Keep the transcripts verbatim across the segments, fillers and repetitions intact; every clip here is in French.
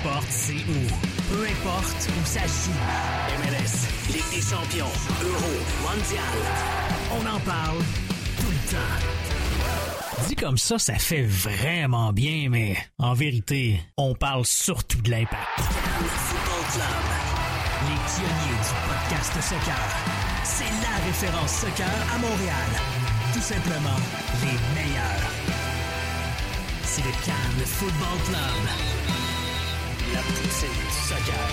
importe c'est où, peu importe où ça se joue. M L S, Ligue des champions, Euro, Mondial. On en parle tout le temps. Dit comme ça, ça fait vraiment bien, mais en vérité, on parle surtout de l'Impact. Cannes Football Club, les pionniers du podcast soccer. C'est la référence soccer à Montréal. Tout simplement, les meilleurs. C'est le Cannes Football Club. La poutine du soccer.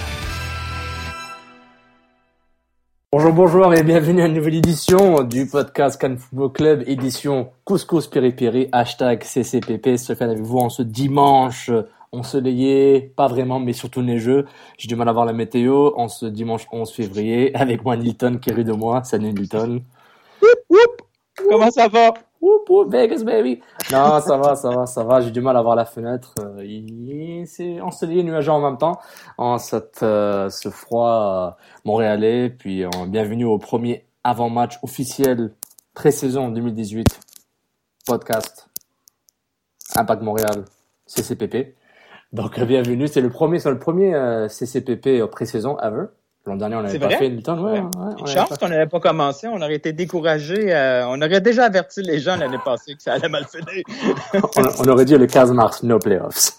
Bonjour, bonjour et bienvenue à une nouvelle édition du podcast Cannes Football Club, édition Couscous Piri-Piri, hashtag C C P P. Se fait avec vous en ce dimanche ensoleillé, pas vraiment, mais surtout neigeux. J'ai du mal à voir la météo en ce dimanche onze février avec moi Nilton qui rit de moi. Salut Nilton. Whoop, whoop. Comment ça va? Whoop, whoop, Vegas baby. Non, ça va, ça va, ça va. J'ai du mal à voir la fenêtre. Euh, il... C'est ensoleillé, nuageux en même temps. En cette, euh, ce froid euh, montréalais. Puis euh, bienvenue au premier avant-match officiel pré-saison deux mille dix-huit. Podcast Impact Montréal C C P P. Donc euh, bienvenue. C'est le premier, c'est le premier euh, C C P P pré-saison ever. L'an dernier, on n'avait pas fait une tonne. Ouais, ouais, ouais, une chance qu'on n'avait pas commencé. On aurait été découragés. Euh, on aurait déjà averti les gens l'année passée que ça allait mal finir. on, on aurait dit le quinze mars, no playoffs.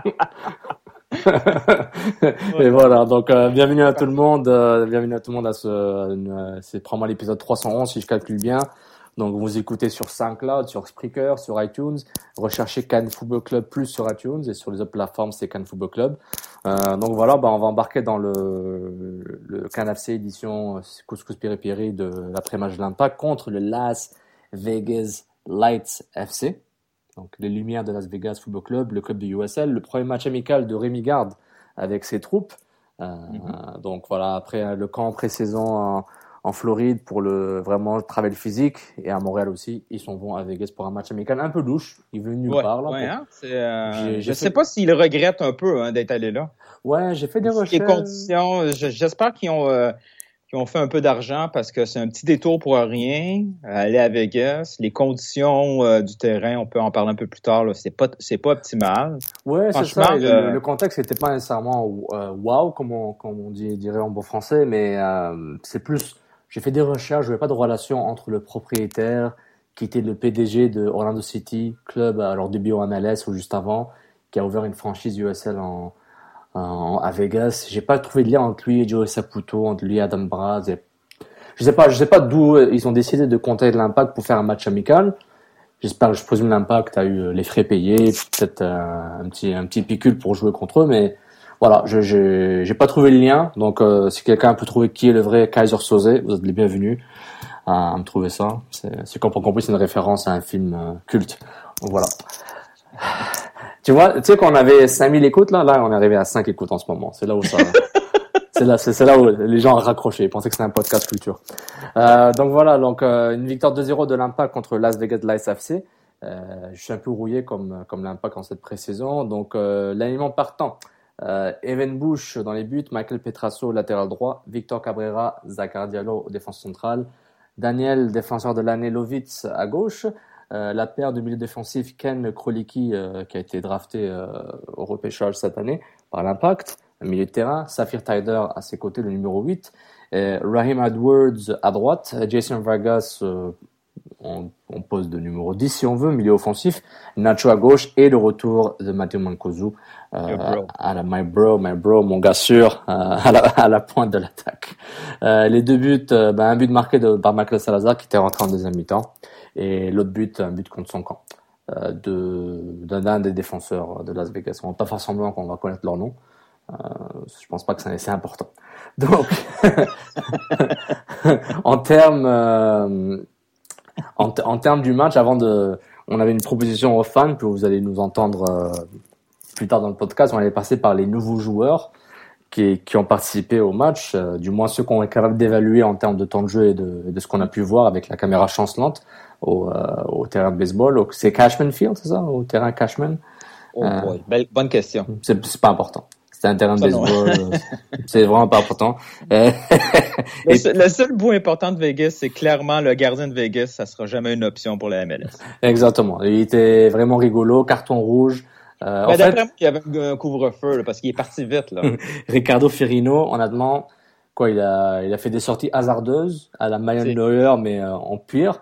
Et voilà, donc euh, bienvenue à tout le monde. Euh, bienvenue à tout le monde à ce... Euh, c'est probablement l'épisode trois cent onze, si je calcule bien. Donc vous écoutez sur SoundCloud, sur Spreaker, sur iTunes. Recherchez Cannes Football Club plus sur iTunes et sur les autres plateformes, c'est Cannes Football Club. Euh, donc voilà, bah on va embarquer dans le, le Cannes F C édition Couscous Piri-Piri de l'après-match de l'Impact contre le Las Vegas Lights F C. Donc les Lumières de Las Vegas Football Club, le club de U S L, le premier match amical de Rémi Garde avec ses troupes. Euh, mm-hmm. Donc voilà, après le camp pré-saison en, en Floride pour le vraiment le travail physique et à Montréal aussi, ils sont bons à Vegas pour un match amical un peu louche. Ils veulent nulle ouais, part là. Ouais, pour... hein, c'est, euh, j'ai, je j'ai sais fait... pas s'ils regrettent un peu hein, d'être allés là. Ouais, j'ai fait des recherches. Les conditions, j'espère qu'ils ont euh, qu'ils ont fait un peu d'argent parce que c'est un petit détour pour rien. Aller à Vegas, les conditions euh, du terrain, on peut en parler un peu plus tard. Là, c'est pas c'est pas optimal. Ouais, c'est ça. Le, le contexte n'était pas nécessairement euh, wow comme on comme on dit, dirait en bon français, mais euh, c'est plus. J'ai fait des recherches, je n'avais pas de relation entre le propriétaire, qui était le P D G de Orlando City, club à leur début en M L S ou juste avant, qui a ouvert une franchise U S L en, en, à Vegas. J'ai pas trouvé de lien entre lui et Joe Saputo, entre lui et Adam Braz. Et... Je sais pas, je sais pas d'où ils ont décidé de contacter l'Impact pour faire un match amical. J'espère, je présume l'Impact a eu les frais payés, peut-être un, un petit, un petit picule pour jouer contre eux, mais voilà, je, je, j'ai pas trouvé le lien, donc euh, si quelqu'un peut trouver qui est le vrai Kaiser Soze, vous êtes les bienvenus à, à me trouver ça. C'est, c'est comme pour compris, c'est une référence à un film euh, culte. Donc voilà. Tu vois, tu sais qu'on avait cinq mille écoutes là, là on est arrivé à cinq écoutes en ce moment. C'est là où ça, c'est là, c'est, c'est là où les gens ont raccroché, ils pensaient que c'était un podcast culture. Euh, donc voilà, donc euh, une victoire deux zéro de l'Impact contre Las Vegas Lights F C. Euh, je suis un peu rouillé comme comme l'Impact en cette pré-saison, donc euh, l'alignement partant. Euh, Evan Bush dans les buts, Michael Petrasso latéral droit, Victor Cabrera, Zachary Diallo aux défenses centrales, Daniel défenseur de l'année Lovitz à gauche, euh, la paire de milieu défensif Ken Krolicki euh, qui a été drafté euh, au repêchage cette année par l'Impact, un milieu de terrain, Saphir Taider à ses côtés le numéro huit, et Raheem Edwards à droite, Jason Vargas euh, on, on pose de numéro dix si on veut, milieu offensif, Nacho à gauche et le retour de Matteo Mancosu euh, à la my bro, my bro, mon gars sûr, euh, à, la, à la pointe de l'attaque. Euh, les deux buts, euh, ben, un but marqué de, par Michael Salazar qui était rentré en deuxième mi-temps et l'autre but, un but contre son camp euh, de, d'un des défenseurs de Las Vegas. On va pas faire semblant qu'on va connaître leur nom. Euh, je pense pas que c'est, c'est important. Donc, en termes euh, En, t- en termes du match, avant de, on avait une proposition aux fans que vous allez nous entendre euh, plus tard dans le podcast. On allait passer par les nouveaux joueurs qui, qui ont participé au match, euh, du moins ceux qu'on est capable d'évaluer en termes de temps de jeu et de, de ce qu'on a pu voir avec la caméra chancelante au, euh, au terrain de baseball. Donc, c'est Cashman Field, c'est ça, au terrain Cashman? Oh euh, boy, belle, bonne question. C'est, c'est pas important. C'est un terrain de baseball. C'est vraiment pas important. le, seul, le seul bout important de Vegas, c'est clairement le gardien de Vegas. Ça sera jamais une option pour la M L S. Exactement. Il était vraiment rigolo. Carton rouge. Euh, ben, en d'après fait, moi, il y avait un couvre-feu là, parce qu'il est parti vite. Là. Ricardo Firmino, honnêtement, quoi, il a, il a fait des sorties hasardeuses à la Mayan C'est... Neuer, mais euh, en pire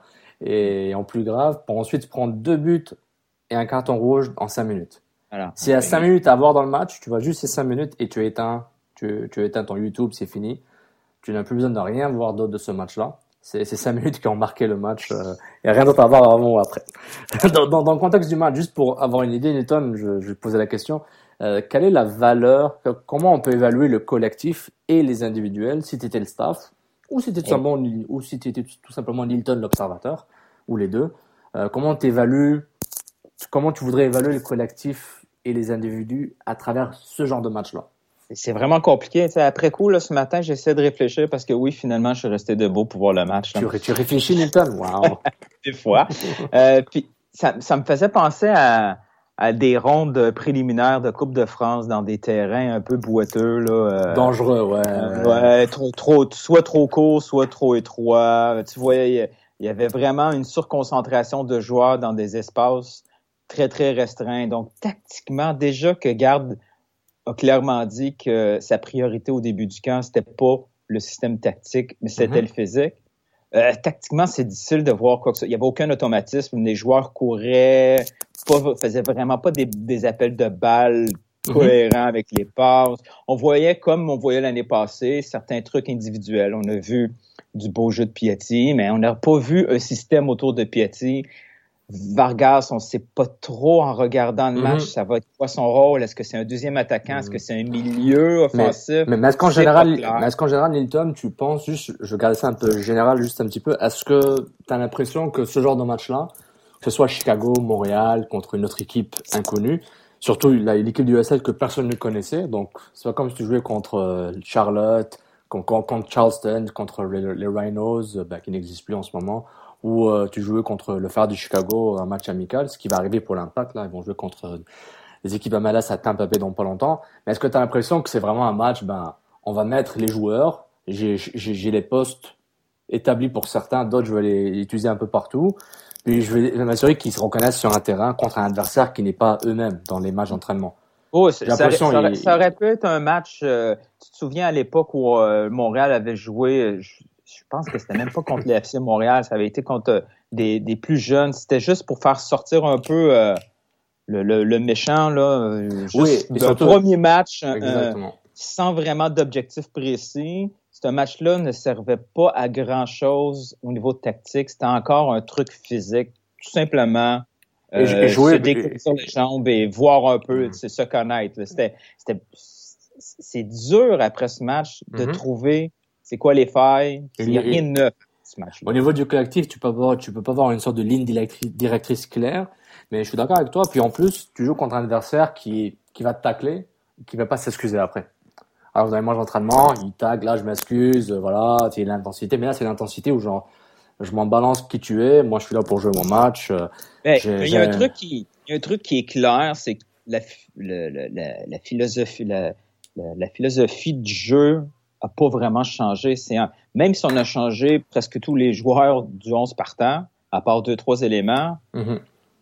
et en plus grave, pour ensuite prendre deux buts et un carton rouge en cinq minutes. Alors, S'il y a cinq minutes à voir dans le match, tu vois juste ces cinq minutes et tu éteins, tu, tu éteins ton YouTube, c'est fini. Tu n'as plus besoin de rien voir d'autre de ce match-là. C'est ces cinq minutes qui ont marqué le match. Il euh, n'y a rien d'autre à voir avant ou après. dans, dans, dans le contexte du match, juste pour avoir une idée, Newton, je, je posais la question. Euh, quelle est la valeur, comment on peut évaluer le collectif et les individuels si tu étais le staff ou si tu étais tout simplement, ou si tu étais tout simplement Nilton, l'observateur, ou les deux. Euh, comment t'évalues, comment tu voudrais évaluer le collectif et les individus à travers ce genre de match-là? C'est vraiment compliqué. T'sais, après coup, là, ce matin, j'essaie de réfléchir parce que oui, finalement, je suis resté debout pour voir le match. Tu, tu réfléchis, Nilton? Wow! Des fois. euh, puis, ça, ça me faisait penser à, à des rondes préliminaires de Coupe de France dans des terrains un peu boiteux. Là, euh, dangereux, ouais. Euh, ouais, trop, trop, soit trop court, soit trop étroit. Tu voyais, il y avait vraiment une surconcentration de joueurs dans des espaces très, très restreints. Donc, tactiquement, déjà que Garde a clairement dit que sa priorité au début du camp, c'était pas le système tactique, mais c'était mm-hmm. le physique. Euh, tactiquement, c'est difficile de voir quoi que ce soit. Il n'y avait aucun automatisme. Les joueurs couraient, pas, faisaient vraiment pas des, des appels de balles cohérents mm-hmm. avec les passes. On voyait, comme on voyait l'année passée, certains trucs individuels. On a vu du beau jeu de Piatti, mais on n'a pas vu un système autour de Piatti. Vargas, on ne sait pas trop en regardant le match, mm-hmm. ça va être quoi son rôle? Est-ce que c'est un deuxième attaquant? Mm-hmm. Est-ce que c'est un milieu offensif? Mais, mais est-ce qu'en général, mais est-ce qu'en général, Nilton, tu penses juste, je regarde ça un peu général, juste un petit peu, est-ce que tu as l'impression que ce genre de match-là, que ce soit Chicago, Montréal, contre une autre équipe inconnue, surtout l'équipe du U S L que personne ne connaissait, donc c'est pas comme si tu jouais contre Charlotte, contre, contre Charleston, contre les, les Rhinos, ben, qui n'existent plus en ce moment, ou euh, tu jouais contre le Fire du Chicago, un match amical, ce qui va arriver pour l'Impact, là, ils vont jouer contre les équipes M L S à Tampa Bay dans pas longtemps. Mais est-ce que tu as l'impression que c'est vraiment un match, ben, on va mettre les joueurs, j'ai, j'ai, j'ai les postes établis pour certains, d'autres je vais les utiliser un peu partout, puis je vais m'assurer qu'ils se reconnaissent sur un terrain contre un adversaire qui n'est pas eux-mêmes dans les matchs d'entraînement. Oh, ça, ça, ça, aurait, ça aurait pu être un match, euh, tu te souviens à l'époque où euh, Montréal avait joué, je, je pense que c'était même pas contre le F C Montréal, ça avait été contre des, des plus jeunes. C'était juste pour faire sortir un peu euh, le, le, le méchant, là, juste oui, le surtout, premier match euh, sans vraiment d'objectif précis. Ce match-là ne servait pas à grand-chose au niveau tactique. C'était encore un truc physique, tout simplement. Euh, et jouer, se décoller sur les jambes et voir un peu, mm-hmm. se connaître. C'était, c'était, c'est dur après ce match de mm-hmm. trouver c'est quoi les failles. Il n'y a rien de neuf ce match-là. Au niveau du collectif, tu peux avoir, tu peux pas avoir une sorte de ligne directrice claire, mais je suis d'accord avec toi. Puis en plus, tu joues contre un adversaire qui, qui va te tacler, qui va pas s'excuser après. Alors dans les matchs d'entraînement, il tacle, là je m'excuse, voilà, c'est l'intensité. Mais là c'est l'intensité où genre, je m'en balance qui tu es, moi je suis là pour jouer mon match. Mais, mais il y a un truc qui, il y a un truc qui est clair, c'est que la, la, la, la philosophie, la, la, la philosophie du jeu a pas vraiment changé. C'est un, même si on a changé presque tous les joueurs du onze partant, à part deux, trois éléments, mm-hmm.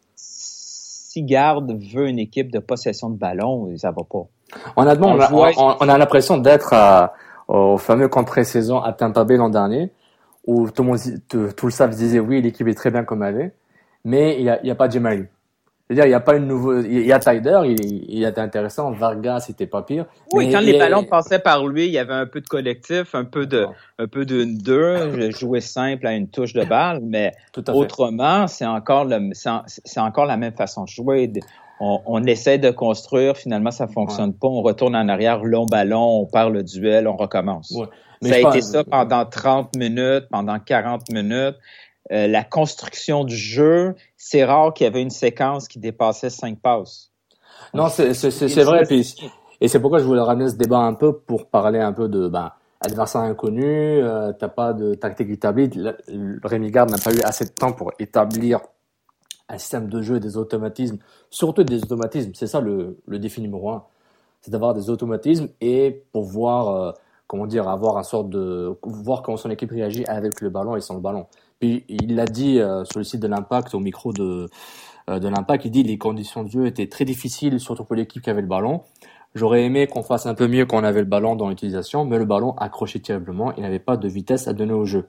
si Garde veut une équipe de possession de ballon, ça va pas. Honnêtement, on, on, on, on a l'impression d'être à, au fameux camp pré-saison à Tampa Bay l'an dernier, où tout le monde, tout, tout le staff disait oui, l'équipe est très bien comme elle est, mais il y a, il y a pas Jemari. C'est-à-dire, il y a pas une nouvelle, il y a Tyder, il, il était intéressant, Vargas, c'était pas pire. Oui, mais quand les est... ballons passaient par lui, il y avait un peu de collectif, un peu de, un peu de deux, jouer simple à une touche de balle, mais autrement, c'est encore le, c'est, c'est encore la même façon de jouer. On, on essaie de construire, finalement, ça fonctionne ouais. pas. On retourne en arrière, long ballon, on perd le duel, on recommence. Ouais. Ça a été pense... ça pendant trente minutes, pendant quarante minutes. Euh, la construction du jeu, c'est rare qu'il y avait une séquence qui dépassait cinq passes. Non, c'est, c'est, c'est, c'est vrai. Puis, et c'est pourquoi je voulais ramener ce débat un peu pour parler un peu de ben, adversaire inconnu. Euh, t'as pas de tactique établie. Rémi Garde n'a pas eu assez de temps pour établir un système de jeu et des automatismes, surtout des automatismes. C'est ça le, le défi numéro un, c'est d'avoir des automatismes et pour voir, euh, comment dire, avoir un sorte de, voir comment son équipe réagit avec le ballon et sans le ballon. Puis il l'a dit euh, sur le site de l'Impact au micro de euh, de l'Impact. Il dit les conditions de jeu étaient très difficiles, surtout pour l'équipe qui avait le ballon. J'aurais aimé qu'on fasse un peu mieux quand on avait le ballon dans l'utilisation, mais le ballon accrochait terriblement. Il n'avait pas de vitesse à donner au jeu.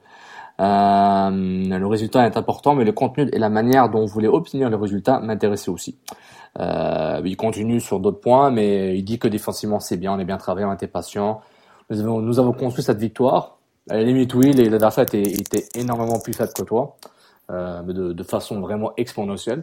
Euh, le résultat est important, mais le contenu et la manière dont on voulait obtenir le résultat m'intéressaient aussi. Euh, il continue sur d'autres points, mais il dit que défensivement c'est bien, on est bien travaillé, on était patient. Nous avons, nous avons construit cette victoire. À la limite, oui, l'adversaire était, était énormément plus faible que toi, euh, mais de, de façon vraiment exponentielle.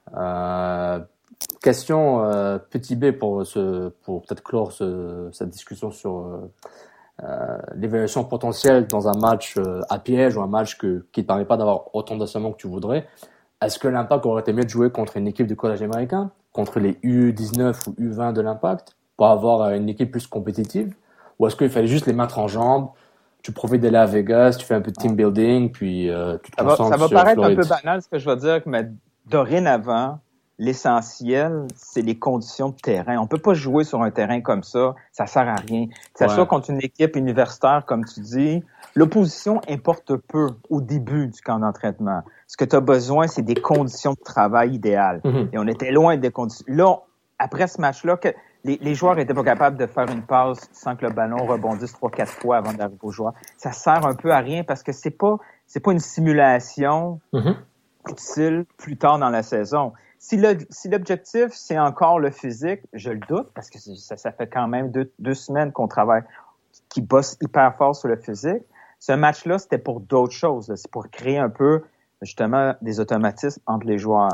Euh, question euh, petit B pour ce, pour peut-être clore ce, cette discussion sur euh, euh, l'évaluation potentielle dans un match euh, à piège ou un match que, qui ne te permet pas d'avoir autant d'assommants que tu voudrais. Est-ce que l'Impact aurait été mieux de jouer contre une équipe de collège américain, contre les U dix-neuf ou U vingt de l'Impact, pour avoir une équipe plus compétitive? Ou est-ce qu'il fallait juste les mettre en jambes, tu profites d'aller à Vegas, tu fais un peu de team building, puis euh, tu te ça va, concentres sur Ça va paraître Floride. un peu banal ce que je vais dire, mais dorénavant, l'essentiel, c'est les conditions de terrain. On peut pas jouer sur un terrain comme ça, ça sert à rien. Que ça Ouais. soit contre une équipe universitaire, comme tu dis, l'opposition importe peu au début du camp d'entraînement. Ce que tu as besoin, c'est des conditions de travail idéales. Mm-hmm. Et on était loin des conditions. Là, après ce match-là, que les, les joueurs étaient pas capables de faire une passe sans que le ballon rebondisse trois, quatre fois avant d'arriver aux joueurs. Ça sert un peu à rien parce que c'est pas, c'est pas une simulation mm-hmm. utile plus tard dans la saison. Si, le, si l'objectif, c'est encore le physique, je le doute, parce que ça, ça fait quand même deux, deux semaines qu'on travaille, qui bosse hyper fort sur le physique. Ce match-là, c'était pour d'autres choses. Là. C'est pour créer un peu, justement, des automatismes entre les joueurs.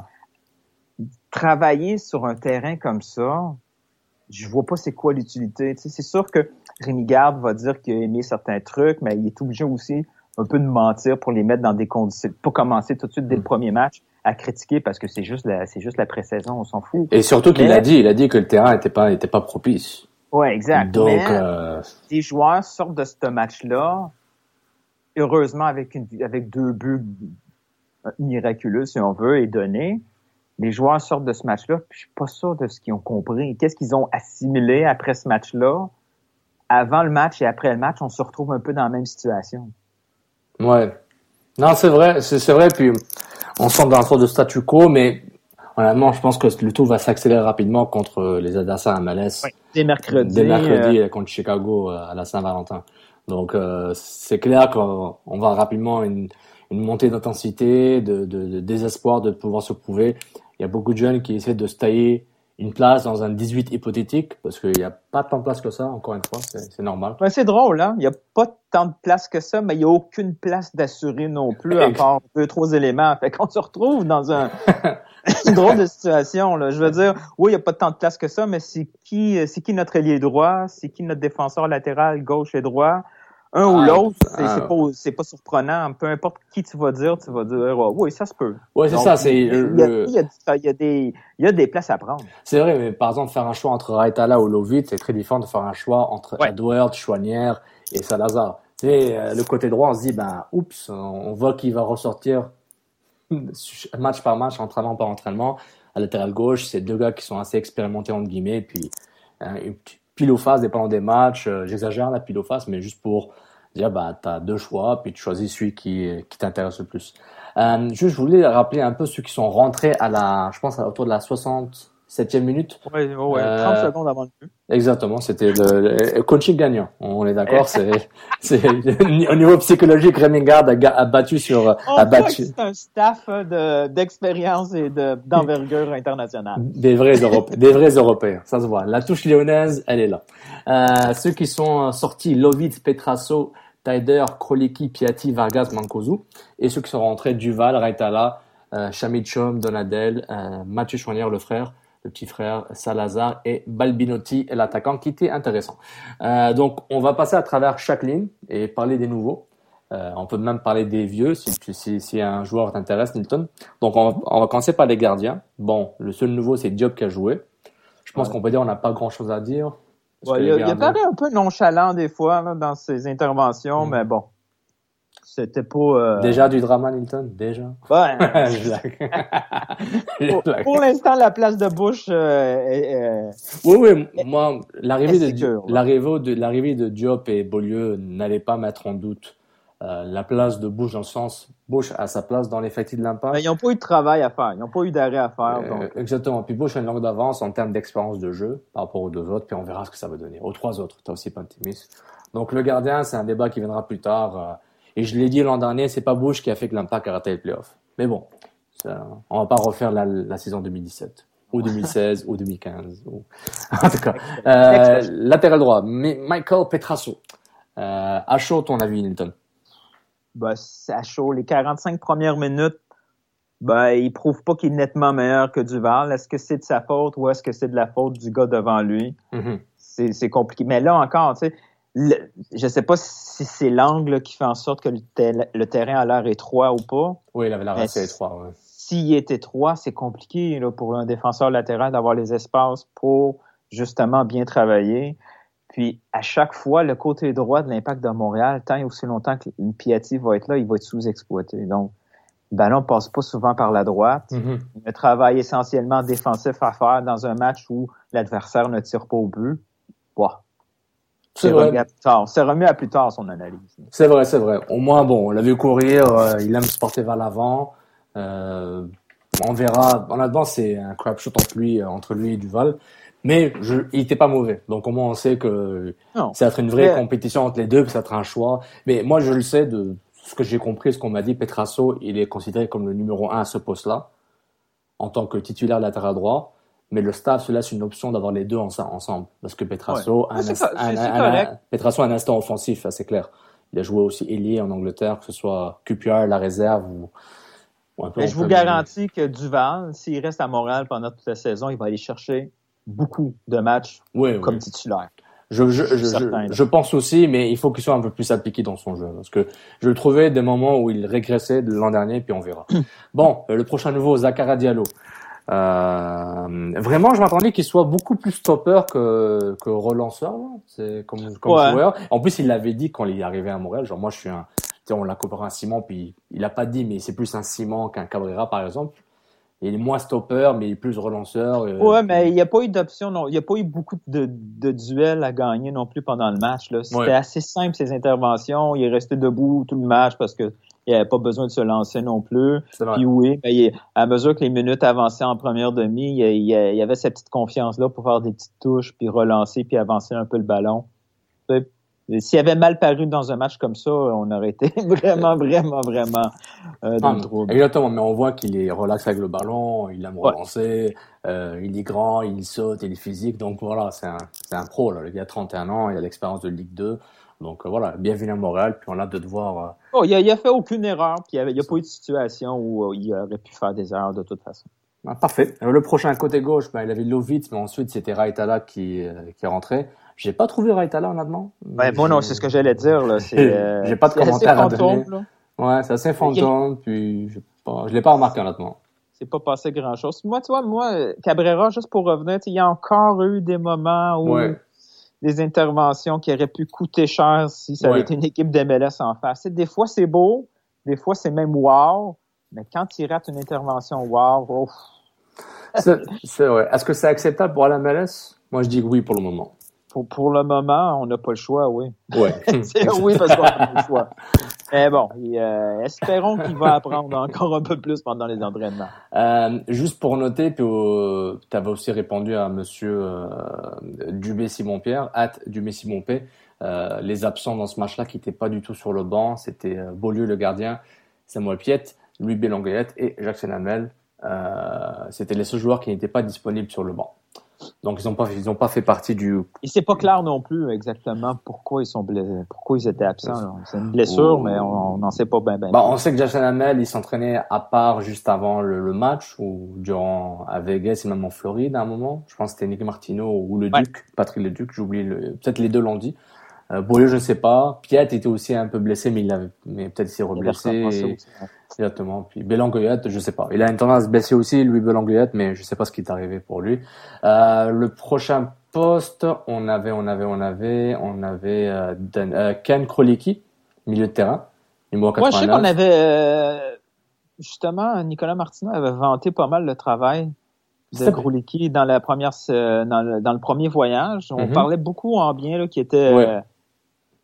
Travailler sur un terrain comme ça, je vois pas c'est quoi l'utilité. Tu sais, c'est sûr que Rémi Garde va dire qu'il a aimé certains trucs, mais il est obligé aussi un peu de mentir pour les mettre dans des conditions, pas commencer tout de suite dès le premier match à critiquer parce que c'est juste la, c'est juste la pré-saison, on s'en fout. Et surtout qu'il mais, a dit, il a dit que le terrain était pas, était pas propice. Ouais, exact. Donc, mais euh... les joueurs sortent de ce match-là, heureusement avec une, avec deux buts miraculeux, si on veut, et donnés. Les joueurs sortent de ce match-là, puis je suis pas sûr de ce qu'ils ont compris. Qu'est-ce qu'ils ont assimilé après ce match-là? Avant le match et après le match, on se retrouve un peu dans la même situation. Ouais. Non, c'est vrai, c'est, c'est vrai, puis on semble dans un sorte de statu quo, mais honnêtement, je pense que le tout va s'accélérer rapidement contre les adversaires à M L S. Oui, dès mercredi. Dès mercredi euh... contre Chicago à la Saint-Valentin. Donc, euh, c'est clair qu'on on va rapidement une, une montée d'intensité, de, de, de désespoir de pouvoir se prouver. Il y a beaucoup de jeunes qui essaient de se tailler une place dans un dix-huit hypothétique, parce qu'il n'y a pas tant de place que ça, encore une fois, c'est, c'est normal. Ouais, c'est drôle, hein? Il n'y a pas tant de place que ça, mais il n'y a aucune place d'assuré non plus, à part deux, trois éléments. Fait qu'on se retrouve dans un, une drôle de situation, là. Je veux dire, oui, il n'y a pas tant de place que ça, mais c'est qui, c'est qui notre ailier droit? C'est qui notre défenseur latéral, gauche et droit? Un ah, ou l'autre, c'est, ah, c'est pas, c'est pas surprenant. Peu importe qui tu vas dire, tu vas dire, oh, oui, ça se peut. Oui, c'est Donc, ça, c'est, il y, a, il, y a, il y a des, il y a des places à prendre. C'est vrai, mais par exemple, faire un choix entre Raitala ou Lovit, c'est très différent de faire un choix entre ouais. Edward, Chouanière et Salazar. Tu sais, euh, le côté droit, on se dit, ben, oups, on voit qu'il va ressortir match par match, entraînement par entraînement. À latéral gauche, c'est deux gars qui sont assez expérimentés, entre guillemets, puis, hein, pile ou face, dépendant des matchs. Euh, j'exagère la pile ou face, mais juste pour dire, bah, t'as deux choix, puis tu choisis celui qui, qui t'intéresse le plus. Euh, juste, je voulais rappeler un peu ceux qui sont rentrés à la, je pense, autour de la soixante-septième minute. Oui, ouais, euh, trente secondes avant le but. Exactement, c'était le, le coaching gagnant. On est d'accord, c'est, c'est, au niveau psychologique, Rémi Garde a, a battu sur, On a battu. C'est un staff de, d'expérience et de, d'envergure internationale. Des vrais Européens, des vrais Européens, ça se voit. La touche lyonnaise, elle est là. Euh, ceux qui sont sortis, Lovitz, Petrasso, Taider, Krolicki, Piatti, Vargas, Mancosu. Et ceux qui sont rentrés, Duval, Raitala, euh, Chamichom, Donadel, euh, Mathieu Chouanière, le frère, le petit frère, Salazar et Balbinotti, l'attaquant, qui était intéressant. Euh, donc, on va passer à travers chaque ligne et parler des nouveaux. Euh, on peut même parler des vieux, si, si, si un joueur t'intéresse, Nilton. Donc, on, on va commencer par les gardiens. Bon, le seul nouveau, c'est Diop qui a joué. Je pense ouais. qu'on peut dire qu'on n'a pas grand-chose à dire. Ouais, il, a, il a paru un peu nonchalant des fois là, dans ses interventions, mmh. mais bon, c'était pas... Euh... Déjà du drama, Nilton? Déjà? Ouais. pour, pour l'instant, la place de Bush euh, est... est oui, oui, moi, l'arrivée de, l'arrivée, de, l'arrivée de Diop et Beaulieu n'allait pas mettre en doute euh, la place de Bush dans le sens, Bush a sa place dans l'effectif de l'Impact. Mais ils n'ont pas eu de travail à faire, ils n'ont pas eu d'arrêt à faire. Euh, donc. Exactement. Puis Bush a une longue d'avance en termes d'expérience de jeu par rapport aux deux autres, puis on verra ce que ça va donner. Aux trois autres, t'as aussi Pantémis. Donc le gardien, c'est un débat qui viendra plus tard. Euh, et je l'ai dit l'an dernier, c'est pas Bush qui a fait que l'Impact a raté les playoffs. Mais bon, ça, on va pas refaire la, la saison deux mille dix-sept. Ou deux mille seize, ou deux mille quinze. Ou... En tout cas, euh, latéral droit, Michael Petrasso. Euh, à chaud, ton avis, Nilton? Ben, c'est à chaud. Les quarante-cinq premières minutes, ben, il prouve pas qu'il est nettement meilleur que Duval. Est-ce que c'est de sa faute ou est-ce que c'est de la faute du gars devant lui? Mm-hmm. C'est, c'est compliqué. Mais là encore, tu sais, le, je sais pas si c'est l'angle qui fait en sorte que le, te- le terrain a l'air étroit ou pas. Oui, il avait l'air assez étroit, ouais. S'il est étroit, c'est compliqué là, pour un défenseur latéral d'avoir les espaces pour justement bien travailler. Puis, à chaque fois, le côté droit de l'Impact de Montréal, tant et aussi longtemps que Piatti va être là, il va être sous-exploité. Donc, le ballon passe pas souvent par la droite. Mm-hmm. Le travail essentiellement défensif à faire dans un match où l'adversaire ne tire pas au but. Wow. C'est, c'est remis à plus tard. C'est remis à plus tard, son analyse. C'est vrai, c'est vrai. Au moins, bon, on l'a vu courir, euh, il aime se porter vers l'avant. Euh, on verra. Honnêtement, c'est un crapshoot entre lui, entre lui et Duval. Mais je, il était pas mauvais. Donc, au moins, on sait que non. ça va être une vraie mais... compétition entre les deux, puis ça va être un choix. Mais moi, je le sais de ce que j'ai compris, ce qu'on m'a dit, Petrasso, il est considéré comme le numéro un à ce poste-là, en tant que titulaire latéral droit. Mais le staff se laisse une option d'avoir les deux ensemble. Parce que Petrasso, ouais. a, un, c'est pas, un, c'est, un, c'est un, Petrasso a un instant offensif, c'est clair. Il a joué aussi ailier en Angleterre, que ce soit Q P R, la réserve ou, ou un peu. Mais je vous garantis que Duval, s'il reste à Montréal pendant toute la saison, il va aller chercher beaucoup de matchs oui, comme oui. titulaire. Je, je, je, certain, je, je pense aussi, mais il faut qu'il soit un peu plus appliqué dans son jeu. Parce que je le trouvais des moments où il régressait de l'an dernier, puis on verra. Bon, le prochain nouveau, Zakaria Diallo. Euh, vraiment, je m'attendais qu'il soit beaucoup plus stopper que, que relanceur. Là. C'est comme, comme ouais. joueur. En plus, il l'avait dit quand il est arrivé à Montréal. Genre, moi, je suis un, tu sais, on l'a comparé à un Simon, puis il a pas dit, mais c'est plus un Simon qu'un Cabrera, par exemple. Il est moins stopper, mais il est plus relanceur. Euh, ouais, mais il n'y a pas eu d'option, non. Il n'y a pas eu beaucoup de, de duels à gagner non plus pendant le match, là. C'était ouais. assez simple, ses interventions. Il est resté debout tout le match parce que il n'avait pas besoin de se lancer non plus. Puis oui, ben, il, à mesure que les minutes avançaient en première demi, il, il, il avait cette petite confiance-là pour faire des petites touches, puis relancer, puis avancer un peu le ballon. S'il avait mal paru dans un match comme ça, on aurait été vraiment, vraiment, vraiment euh, dans ah, le trouble. Exactement, mais on voit qu'il est relax avec le ballon, il aime ouais. relancer, euh, il est grand, il saute, il est physique. Donc voilà, c'est un, c'est un pro. Là. Le gars a trente et un ans, il a l'expérience de Ligue deux. Donc euh, voilà, bienvenue à Montréal, puis on a hâte de te voir. Euh... Oh, il a, il a fait aucune erreur, puis il n'y a, a pas eu de situation où euh, il aurait pu faire des erreurs de toute façon. Ah, parfait. Alors, le prochain côté gauche, ben, il avait Lovitz, mais ensuite c'était Raitala qui, euh, qui est rentré. J'ai pas trouvé Raitala honnêtement. Ben, moi non, c'est ce que j'allais dire là. C'est, euh, j'ai pas de commentaire à donner. Là. Ouais, c'est assez fantôme, puis je, pas, je l'ai pas remarqué honnêtement. C'est pas passé grand chose. Moi, tu vois, moi, Cabrera, juste pour revenir, il y a encore eu des moments où ouais. des interventions qui auraient pu coûter cher si ça ouais. avait été une équipe d'M L S en face. Des fois c'est beau, des fois c'est même wow, mais quand il rate une intervention wow, oh. c'est, c'est vrai. Est-ce que c'est acceptable pour la M L S? Moi, je dis oui pour le moment. Pour, pour le moment, on n'a pas le choix, oui. Ouais. c'est oui parce qu'on n'a pas le choix. Mais bon, et, euh, espérons qu'il va apprendre encore un peu plus pendant les entraînements. Euh, juste pour noter, tu euh, avais aussi répondu à monsieur euh, Dubé-Simon-Pierre, hâte Dubé-Simon-P, euh, les absents dans ce match-là qui n'étaient pas du tout sur le banc, c'était euh, Beaulieu le gardien, Samuel Piette, Louis Belanguette et Jackson Hamel. Euh, c'était les seuls joueurs qui n'étaient pas disponibles sur le banc. Donc ils n'ont pas ils ont pas fait partie du. Et c'est pas clair non plus exactement pourquoi ils sont blessés, pourquoi ils étaient absents. Là. C'est une blessure, oh. mais on n'en sait pas bien. Ben, bah, on sait que Jackson Hamel il s'entraînait à part juste avant le, le match ou durant à Vegas et même en Floride à un moment. Je pense que c'était Nick Martino ou le ouais. Duc, Patrick le Duc. J'oublie le... peut-être les deux l'ont dit. Euh, Beaulieu je sais pas. Piet était aussi un peu blessé, mais il avait mais peut-être il s'est reblessé. Et... Exactement. Puis Belanguette, je sais pas. Il a une tendance à se blesser aussi, lui Belanguette, mais je sais pas ce qui est arrivé pour lui. Euh, le prochain poste, on avait, on avait, on avait, on avait euh, Dan, euh, Ken Krolicki, milieu de terrain, numéro quatre-vingt-neuf. Moi, je sais qu'on avait euh, justement Nicolas Martineau avait vanté pas mal le travail de Krolicki dans la première, dans le, dans le premier voyage. On mm-hmm. parlait beaucoup en bien là, qui était. Ouais. Euh,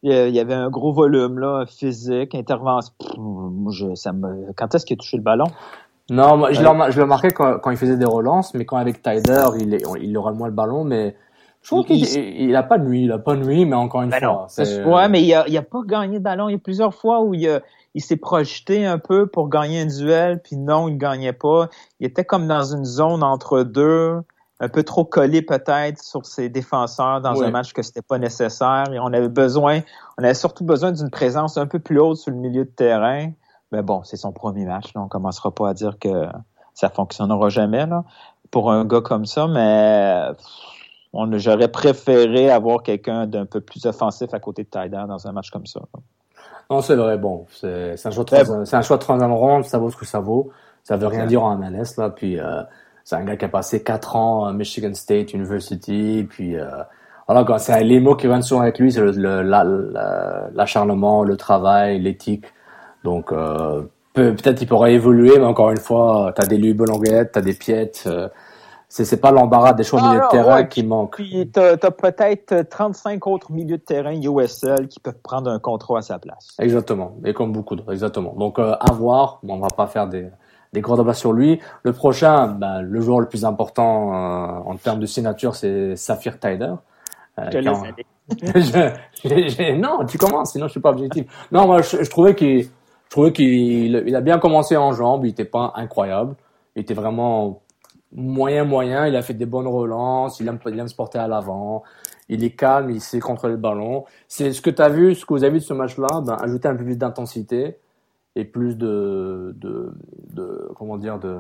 il y avait un gros volume là, physique, intervention. Pff, moi, je, ça me... Quand est-ce qu'il a touché le ballon? Non, moi, je, euh... l'ai, je le marquais quand, quand il faisait des relances, mais quand avec Taider, il, est, il aura moins le ballon, mais je trouve il, qu'il il, il a pas de nuit, il a pas de nuit, mais encore une ben fois. Non. C'est... Ouais, mais il a, il a pas gagné de ballon. Il y a plusieurs fois où il, a, il s'est projeté un peu pour gagner un duel, puis non, il gagnait pas. Il était comme dans une zone entre deux, un peu trop collé peut-être sur ses défenseurs dans oui. un match que c'était pas nécessaire. Et on avait besoin, on avait surtout besoin d'une présence un peu plus haute sur le milieu de terrain. Mais bon, c'est son premier match, là. On commencera pas à dire que ça fonctionnera jamais là pour un gars comme ça, mais on, j'aurais préféré avoir quelqu'un d'un peu plus offensif à côté de Taider dans un match comme ça. Là. Non, c'est vrai, bon, c'est, c'est un choix de troisième, c'est un choix de troisième ronde, ça vaut ce que ça vaut. Ça veut rien ouais. dire en M L S, là, puis euh, c'est un gars qui a passé quatre ans à Michigan State University, puis euh, voilà, quand c'est les mots qui viennent souvent avec lui, c'est le, le, la, la, l'acharnement, le travail, l'éthique. Donc, euh, peut, peut-être il pourrait évoluer, mais encore une fois, t'as des Lubelonguettes, t'as des Piette, euh, c'est, c'est pas l'embarras des choix au milieu de terrain ouais, qui manque. Puis t'as, t'as peut-être trente-cinq autres milieux de terrain U S L qui peuvent prendre un contrat à sa place. Exactement, et comme beaucoup d'autres, exactement. Donc, euh, à voir, bon, on va pas faire des, des gros débats sur lui. Le prochain, ben, le joueur le plus important euh, en termes de signature, c'est Saphir Taider. Euh, je te laisse aller. je, j'ai, j'ai, non, tu commences, sinon je suis pas objectif. Non, moi, je, je trouvais qu'il, je trouvais qu'il il a bien commencé en jambes, il était pas incroyable, il était vraiment moyen moyen, il a fait des bonnes relances, il aime, il aime se porter à l'avant, il est calme, il sait contrôler le ballon. C'est ce que tu as vu, ce que vous avez vu de ce match-là, ben, ajouter un peu plus d'intensité et plus de, de, de comment dire, de,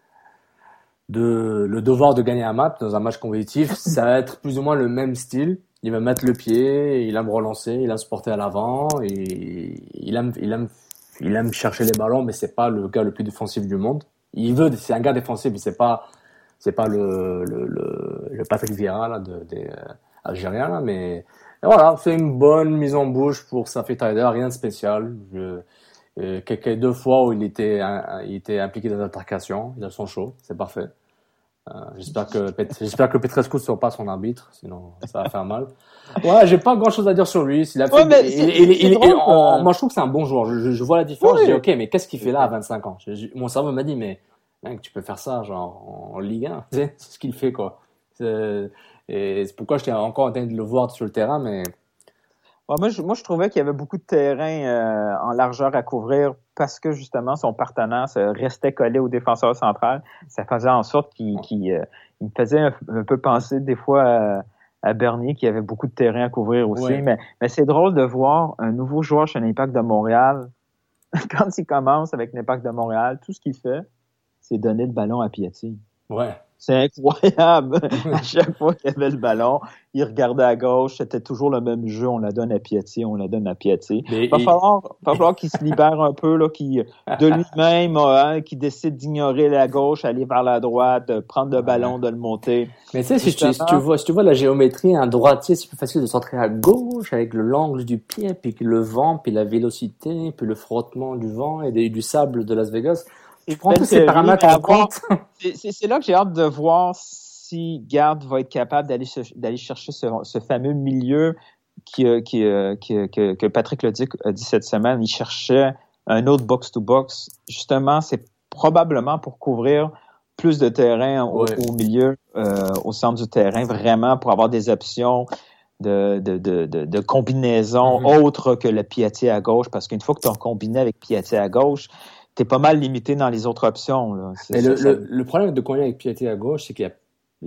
de, le devoir de gagner un match dans un match compétitif, ça va être plus ou moins le même style. Il va mettre le pied, il aime relancer, il aime se porter à l'avant, et il aime, il aime, il aime chercher les ballons, mais c'est pas le gars le plus défensif du monde. Il veut, c'est un gars défensif, mais c'est pas, c'est pas le, le, le, le Patrick Vieira, là, de, des, euh, Algériens, là, mais, et voilà, c'est une bonne mise en bouche pour Saphir Taider, rien de spécial. Je, euh, quelques deux fois où il était, un, il était impliqué dans l'altercation, il a son show, c'est parfait. Euh, j'espère que, j'espère que Petrescu ne sera pas son arbitre, sinon ça va faire mal. Ouais, j'ai pas grand chose à dire sur lui. S'il a fait, ouais, mais il, c'est, il, c'est il, drôle, il, on, moi je trouve que c'est un bon joueur. Je, je, je vois la différence. Oui. Je dis ok, mais qu'est-ce qu'il fait là à vingt-cinq ans? Je, je, mon cerveau m'a dit mais mec, tu peux faire ça genre en Ligue un, tu sais, c'est ce qu'il fait quoi. C'est, et c'est pourquoi j'étais encore en train de le voir sur le terrain, mais. Ouais, moi, je, moi, je trouvais qu'il y avait beaucoup de terrain euh, en largeur à couvrir parce que justement son partenaire restait collé au défenseur central. Ça faisait en sorte qu'il, ouais. qu'il euh, il me faisait un, un peu penser des fois à, à Bernier qui avait beaucoup de terrain à couvrir aussi. Ouais. Mais, mais c'est drôle de voir un nouveau joueur chez l'Impact de Montréal. Quand il commence avec l'Impact de Montréal, tout ce qu'il fait, c'est donner le ballon à Piatti. Ouais. C'est incroyable. À chaque fois qu'il y avait le ballon, il regardait à gauche, c'était toujours le même jeu. On la donne à Piatti, on la donne à Piatti. Il va, et... falloir, va falloir qu'il se libère un peu, là, qu'il, de lui-même, hein, qu'il décide d'ignorer la gauche, aller vers la droite, de prendre le ballon, de le monter. Mais tu sais, si tu, si tu vois, si tu vois la géométrie, un droitier, c'est plus facile de centrer à gauche avec le l'angle du pied, puis le vent, puis la vélocité, puis le frottement du vent et des, du sable de Las Vegas. Je prends tous ces paramètres en compte. C'est, c'est, c'est là que j'ai hâte de voir si Garde va être capable d'aller, d'aller chercher ce, ce fameux milieu qui, qui, qui, que, que Patrick Ledic a dit cette semaine. Il cherchait un autre box-to-box. Justement, c'est probablement pour couvrir plus de terrain au, ouais. au milieu, euh, au centre du terrain, vraiment pour avoir des options de, de, de, de, de combinaison mm-hmm. autres que le Piatti à gauche. Parce qu'une fois que tu as combiné avec Piatti à gauche, t'es pas mal limité dans les autres options. Là. C'est, Mais c'est, le, c'est... le, le problème de combiner avec Piatti à gauche, c'est qu'ils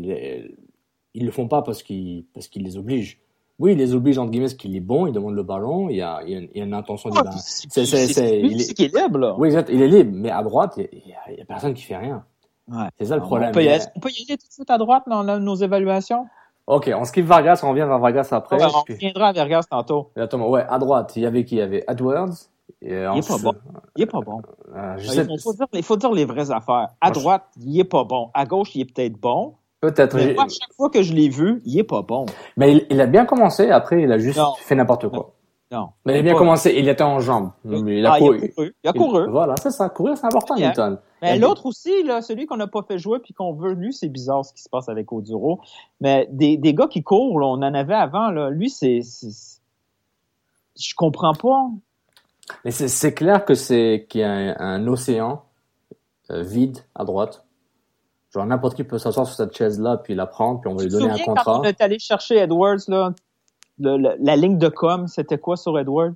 ils le font pas parce qu'ils, parce qu'ils les obligent. Oui, ils les obligent, entre guillemets, parce qu'il est bon, il demande le ballon, il y a, il y a, une, il y a une intention ah, de la... C'est, c'est, c'est, c'est, c'est, il est... est libre, là. Oui, exact, il est libre, mais à droite, il y a, il y a personne qui fait rien. Ouais. C'est ça le problème. On peut, y aller, on peut y aller tout de suite à droite dans nos évaluations? Ok, on skip Vargas, on revient vers Vargas après. Ouais, on puis... reviendra à Vargas tantôt. Exactement, ouais, à droite, il y avait qui? Il y avait Edwards. Et il est pas bon. Il est pas bon. Euh, je il, sais... faut dire, il faut dire les vraies affaires. À Moi, droite, je... il est pas bon. À gauche, il est peut-être bon. Peut-être. Mais moi, à chaque fois que je l'ai vu, il est pas bon. Mais il, il a bien commencé. Après, il a juste non. fait n'importe quoi. Non. Mais il a bien pas... commencé. Il était en jambes. Il a, ah, couru. il a couru. Il a couru. Il... Voilà, c'est ça. Courir, c'est important, yeah. Newton. Mais il l'autre a... aussi, là, celui qu'on n'a pas fait jouer puis qu'on veut, lui, c'est bizarre ce qui se passe avec Oduro. Mais des, des gars qui courent, là, on en avait avant. Là, lui, c'est, c'est... je comprends pas. Mais c'est, c'est clair que c'est, qu'il y a un, un océan euh, vide à droite. Genre, n'importe qui peut s'asseoir sur cette chaise-là, puis la prendre, puis on va lui donner un contrat. Quand on est allé chercher Edwards, là, le, le, la ligne de com, c'était quoi sur Edwards?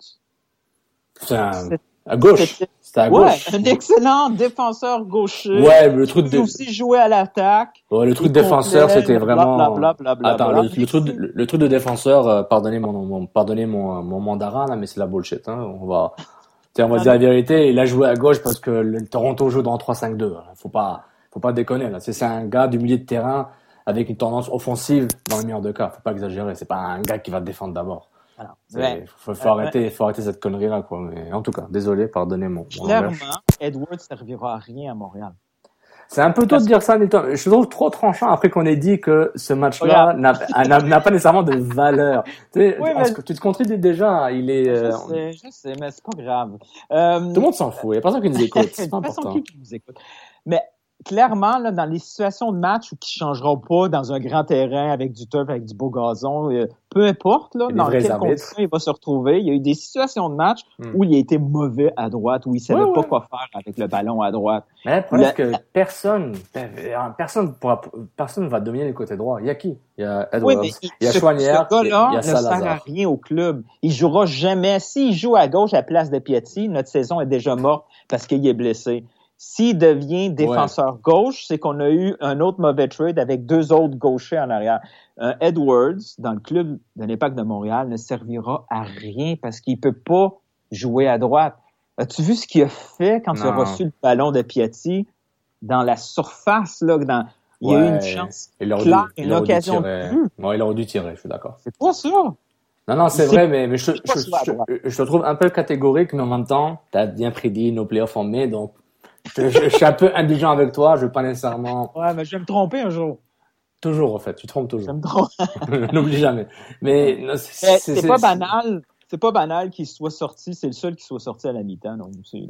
C'est un, à gauche. C'était, c'était à gauche. Ouais, un excellent défenseur gaucher. Ouais, le truc de... aussi jouer à l'attaque. Ouais, le truc de défenseur, c'était vraiment... Bla, bla, bla, bla, Attends, bla, le, le, truc de, le, le truc de défenseur, euh, pardonnez mon, mon, pardonnez mon, mon mandarin, là, mais c'est la bullshit, hein. On va, tu sais, on va dire la vérité. Il a joué à gauche parce que le Toronto joue dans trois cinq deux. Faut pas, faut pas déconner, là. C'est, c'est un gars du milieu de terrain avec une tendance offensive dans le meilleur des cas. Faut pas exagérer. C'est pas un gars qui va te défendre d'abord. Alors, ouais. Faut, faut, faut ouais, arrêter, ouais. faut arrêter cette connerie-là, quoi. Mais en tout cas, désolé, pardonnez mon. Clairement, Edwards servira à rien à Montréal. C'est un peu tôt de dire ça, Nathan. Je trouve trop tranchant après qu'on ait dit que ce match-là n'a, n'a, n'a pas nécessairement de valeur. Tu sais, oui, mais... tu te contredis déjà. Il est. Je sais, je sais, mais c'est pas grave. Euh... Tout le monde s'en fout. Il y a personne qui nous écoute. C'est pas important. Qui nous écoute. Mais clairement, là, dans les situations de match où qui changeront pas dans un grand terrain avec du turf, avec du beau gazon, euh, peu importe là, dans quelles conditions il va se retrouver. Il y a eu des situations de match hmm. où il a été mauvais à droite, où il savait ouais, pas ouais. quoi faire avec le ballon à droite. Mais le problème, c'est que personne, personne pourra, personne va dominer le côté droit. Il y a qui? Il y a Edwards, oui, il, il y a Choinière, il y a, il y a Salazar. Ne sert à rien au club. Il jouera jamais. S'il joue à gauche à place de Piatti, notre saison est déjà morte parce qu'il est blessé. S'il devient défenseur ouais. gauche, c'est qu'on a eu un autre mauvais trade avec deux autres gauchers en arrière. Euh, Edwards, dans le club de l'Impact de Montréal, ne servira à rien parce qu'il peut pas jouer à droite. As-tu vu ce qu'il a fait quand non. il a reçu le ballon de Piatti dans la surface, là, dans, il y a eu une chance claire, une occasion de but. Ouais, il aurait dû tirer, je suis d'accord. C'est pas ça. Non, non, c'est, c'est vrai, mais, mais je, je, je, je, je te trouve un peu catégorique, mais en même temps, t'as bien prédit nos playoffs en mai, donc je, je, je suis un peu indulgent avec toi, je veux pas nécessairement... Ouais, mais je vais me tromper un jour. Toujours, en fait, tu te trompes toujours. Je me trompe. N'oublie jamais. Mais, non, c'est, c'est, c'est, c'est pas c'est... banal, c'est pas banal qu'il soit sorti, c'est le seul qui soit sorti à la mi-temps, donc, aussi, là.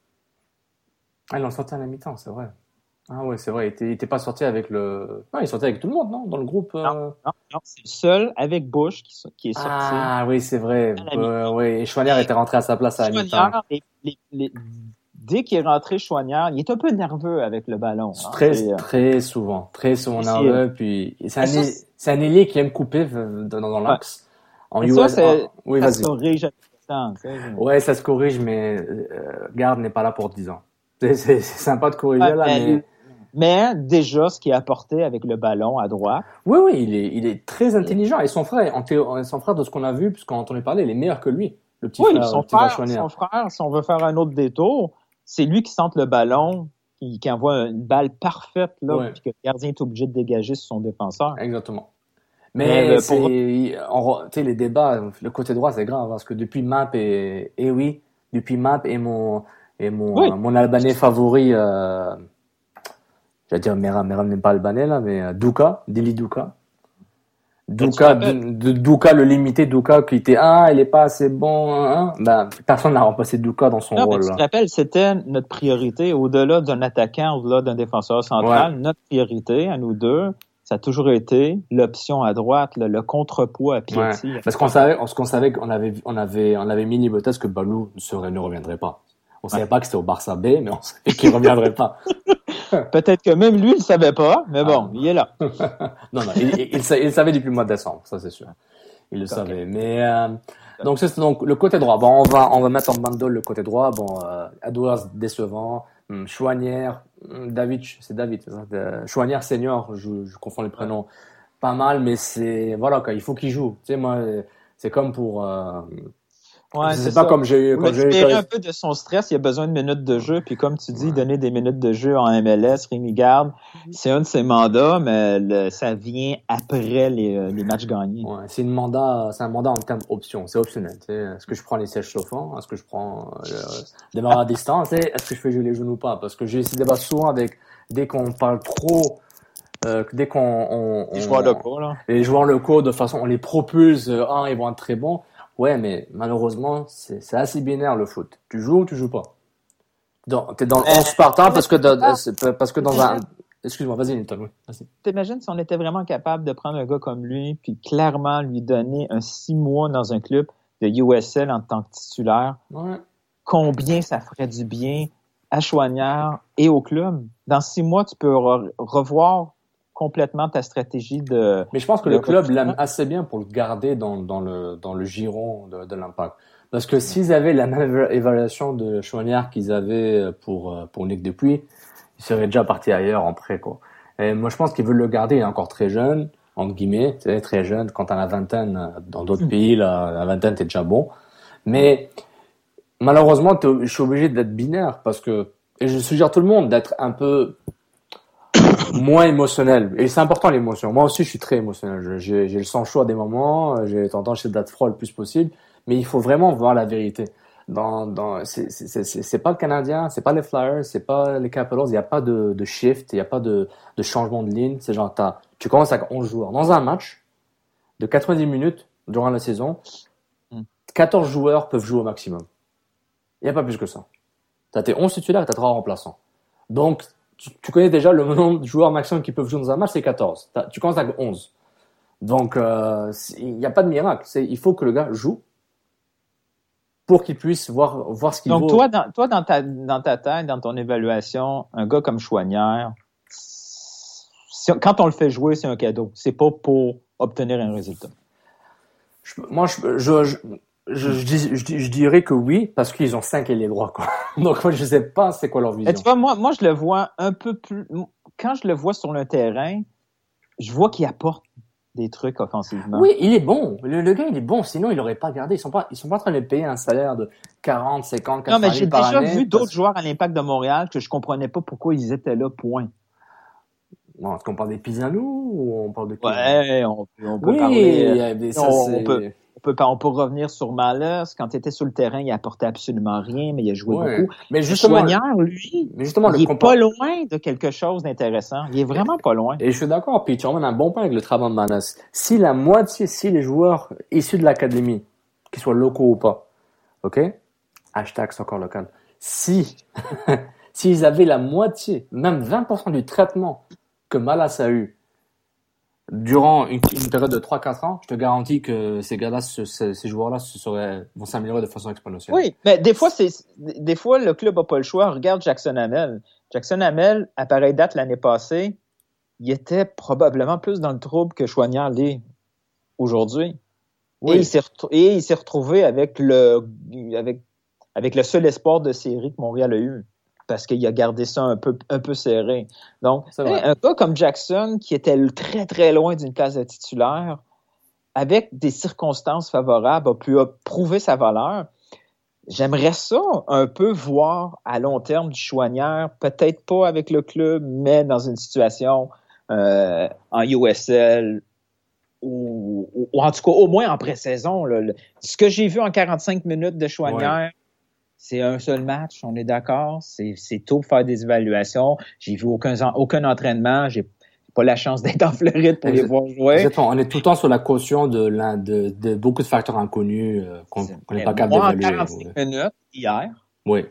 Ah, ils l'ont sorti à la mi-temps, c'est vrai. Ah ouais, c'est vrai, il était, il était pas sorti avec le... Non, il sortait avec tout le monde, non? Dans le groupe... Euh... Non, non, non, c'est le seul avec Bush qui, qui est sorti. Ah oui, c'est vrai. Euh, oui, et Choinière était rentré à sa place à la mi-temps. Les, les, les... Dès qu'il est rentré Choinière, il est un peu nerveux avec le ballon. Hein. Très, c'est, très souvent, très souvent nerveux. Puis c'est un, ça, c'est... c'est un ailier qui aime couper dans, dans l'axe. En U S, ça, c'est... En... Oui, ça vas-y. Se corrige. Temps, ouais, ça se corrige, mais euh, Garde n'est pas là pour dix ans. C'est, c'est, c'est sympa de corriger ouais, là, mais... mais... Mais déjà, ce qu'il a apporté avec le ballon à droite. Oui, oui, il est, il est très intelligent. Et son frère, en théo... son frère, de ce qu'on a vu, puisqu'on entendait parler, il est meilleur que lui. Le petit oui, frère, son, le petit frère, frère son frère, si on veut faire un autre détour, c'est lui qui centre le ballon, qui, qui envoie une balle parfaite, là, ouais. puis que le gardien est obligé de dégager sur son défenseur. Exactement. Mais euh, c'est, pour... tu sais, les débats, le côté droit, c'est grave, parce que depuis Map et, et oui, depuis Map et mon, et mon, oui. euh, mon Albanais favori, euh, j'allais dire Meram, Meram n'est pas albanais, là, mais euh, Duka, Dili Duka. Duka, Duka, le limité Duka, qui était, ah, il est pas assez bon, hein, ben, personne n'a remplacé Duka dans son non, rôle. Mais tu te rappelles, c'était notre priorité, au-delà d'un attaquant, au-delà d'un défenseur central, ouais. notre priorité, à nous deux, ça a toujours été l'option à droite, le, le contrepoids à Piatti. Ouais. Parce qu'on savait, parce qu'on savait qu'on avait, on avait, on avait mis l'hypothèse que Balou ne serait, ne reviendrait pas. On savait ouais. pas que c'était au Barça B, mais on savait qu'il reviendrait pas. Peut-être que même lui, il savait pas, mais bon, ah. il est là. non, non, il, il, il, il savait depuis le mois de décembre, ça c'est sûr. Il le okay. savait. Mais euh, donc c'est donc le côté droit. Bon, on va on va mettre en bundle le côté droit. Bon, euh, Edwards décevant, hum, Choinière, hum, David, c'est David. Euh, Choinière senior, je, je confonds les prénoms. Ouais. Pas mal, mais c'est voilà quoi. Il faut qu'il joue. Tu sais moi, c'est comme pour. Euh, Ouais, je sais c'est pas ça. comme j'ai eu. Comme j'ai eu un peu de son stress, il a besoin de minutes de jeu. Puis comme tu dis, ouais. donner des minutes de jeu en M L S, Rémi Garde, c'est un de ses mandats, mais le, ça vient après les, les matchs gagnés. Ouais, c'est une mandat, c'est un mandat en termes option, c'est optionnel. Tu sais, est-ce que je prends les sièges chauffants, est-ce que je prends le démarrage à distance, tu sais, est-ce que je fais jouer les genoux ou pas? Parce que j'ai eu ces débats souvent avec dès qu'on parle trop. Euh, dès qu'on on, les joueurs locaux là, les joueurs locaux de façon on les propulse, euh, ah ils vont être très bons. Ouais, mais malheureusement, c'est, c'est assez binaire le foot. Tu joues ou tu joues pas. Dans, t'es dans le onze partant parce que dans, parce que dans un... Excuse-moi, vas-y, Newton. Oui, vas-y. T'imagines si on était vraiment capable de prendre un gars comme lui puis clairement lui donner un six mois dans un club le U S L en tant que titulaire, ouais. combien ça ferait du bien à Choignard et au club. Dans six mois, tu peux re- revoir complètement ta stratégie de... Mais je pense que le club l'aime assez bien pour le garder dans, dans, le, dans le giron de, de l'Impact. Parce que s'ils avaient la même évaluation de Choignard qu'ils avaient pour, pour Nick Dupuis, ils seraient déjà partis ailleurs en prêt, quoi. Et moi, je pense qu'ils veulent le garder. Il est encore très jeune, entre guillemets, tu sais, très jeune. Quand t'as la vingtaine, dans d'autres mmh. pays, la, la vingtaine, t'es déjà bon. Mais malheureusement, je suis obligé d'être binaire parce que, et je suggère à tout le monde d'être un peu moins émotionnel. Et c'est important l'émotion. Moi aussi, je suis très émotionnel. J'ai, j'ai le sang chaud à des moments. J'ai tendance à d'être froid le plus possible. Mais il faut vraiment voir la vérité. Dans, dans, c'est, c'est, c'est, c'est pas le Canadien, c'est pas les Flyers, c'est pas les Capitals. Il n'y a pas de, de shift, il n'y a pas de, de changement de ligne. C'est genre, t'as, tu commences avec onze joueurs. Dans un match de quatre-vingt-dix minutes durant la saison, quatorze joueurs peuvent jouer au maximum. Il n'y a pas plus que ça. T'as tes onze titulaires et t'as trois remplaçants. Donc, tu, tu connais déjà le nombre de joueurs maximum qui peuvent jouer dans un match, c'est quatorze. T'as, tu commences avec onze. Donc, euh, il n'y a pas de miracle. C'est, il faut que le gars joue pour qu'il puisse voir, voir ce qu'il Donc, vaut. Donc, toi, dans, toi dans, ta, dans ta tête, dans ton évaluation, un gars comme Choignard, quand on le fait jouer, c'est un cadeau. C'est pas pour obtenir un résultat. Je, moi, je, je, je, je, je, je, je dirais que oui, parce qu'ils ont cinq ailiers droits, quoi. Donc, moi, je sais pas c'est quoi leur vision. Et tu vois, moi, moi, je le vois un peu plus... Quand je le vois sur le terrain, je vois qu'il apporte des trucs offensivement. Oui, il est bon. Le, le gars, il est bon. Sinon, il l'aurait pas gardé. Ils sont pas, ils sont pas en train de le payer un salaire de quarante, cinquante, quatre-vingts mille par année. Non, mais j'ai déjà vu d'autres joueurs à l'Impact de Montréal que je comprenais pas pourquoi ils étaient là, point. Bon, est-ce qu'on parle des Pisanou ou on parle de qui? Ouais, on, on peut oui, parler... Oui, ça, on, c'est... on peut... On peut, on peut revenir sur Malus. Quand il était sur le terrain, il apportait absolument rien, mais il a joué ouais. beaucoup. Mais justement, Choignard, lui, mais justement, il le est compa... pas loin de quelque chose d'intéressant. Il est vraiment pas loin. Et je suis d'accord. Puis tu emmènes un bon point avec le travail de Malus. Si la moitié, si les joueurs issus de l'académie, qu'ils soient locaux ou pas, ok? Hashtag c'est encore local. Si, s'ils avaient la moitié, même vingt pour cent du traitement que Malas a eu durant une, une période de trois à quatre ans, je te garantis que ces gars-là, ce, ces, ces joueurs-là se seraient, vont s'améliorer de façon exponentielle. Oui, mais des fois, c'est, des fois, le club n'a pas le choix. Regarde Jackson Hamel. Jackson Hamel, à pareille date l'année passée, il était probablement plus dans le trouble que Choignard l'est aujourd'hui. Oui. Et, il s'est retrou- et il s'est retrouvé avec le, avec, avec le seul espoir de série que Montréal a eu. Parce qu'il a gardé ça un peu, un peu serré. Donc, un gars comme Jackson, qui était très, très loin d'une place de titulaire, avec des circonstances favorables, a pu prouver sa valeur. J'aimerais ça un peu voir à long terme du Choignard, peut-être pas avec le club, mais dans une situation euh, en U S L, ou, ou, ou en tout cas au moins en pré-saison. Là. Ce que j'ai vu en quarante-cinq minutes de Choignard, ouais. C'est un seul match, on est d'accord. C'est, c'est tôt pour faire des évaluations. J'ai vu aucun, aucun entraînement. J'ai pas la chance d'être en Floride pour Exactement. les voir jouer. Exactement. On est tout le temps sur la caution de, de, de beaucoup de facteurs inconnus euh, qu'on n'est pas capable d'évaluer. En quarante-cinq ouais. minutes, hier, oui.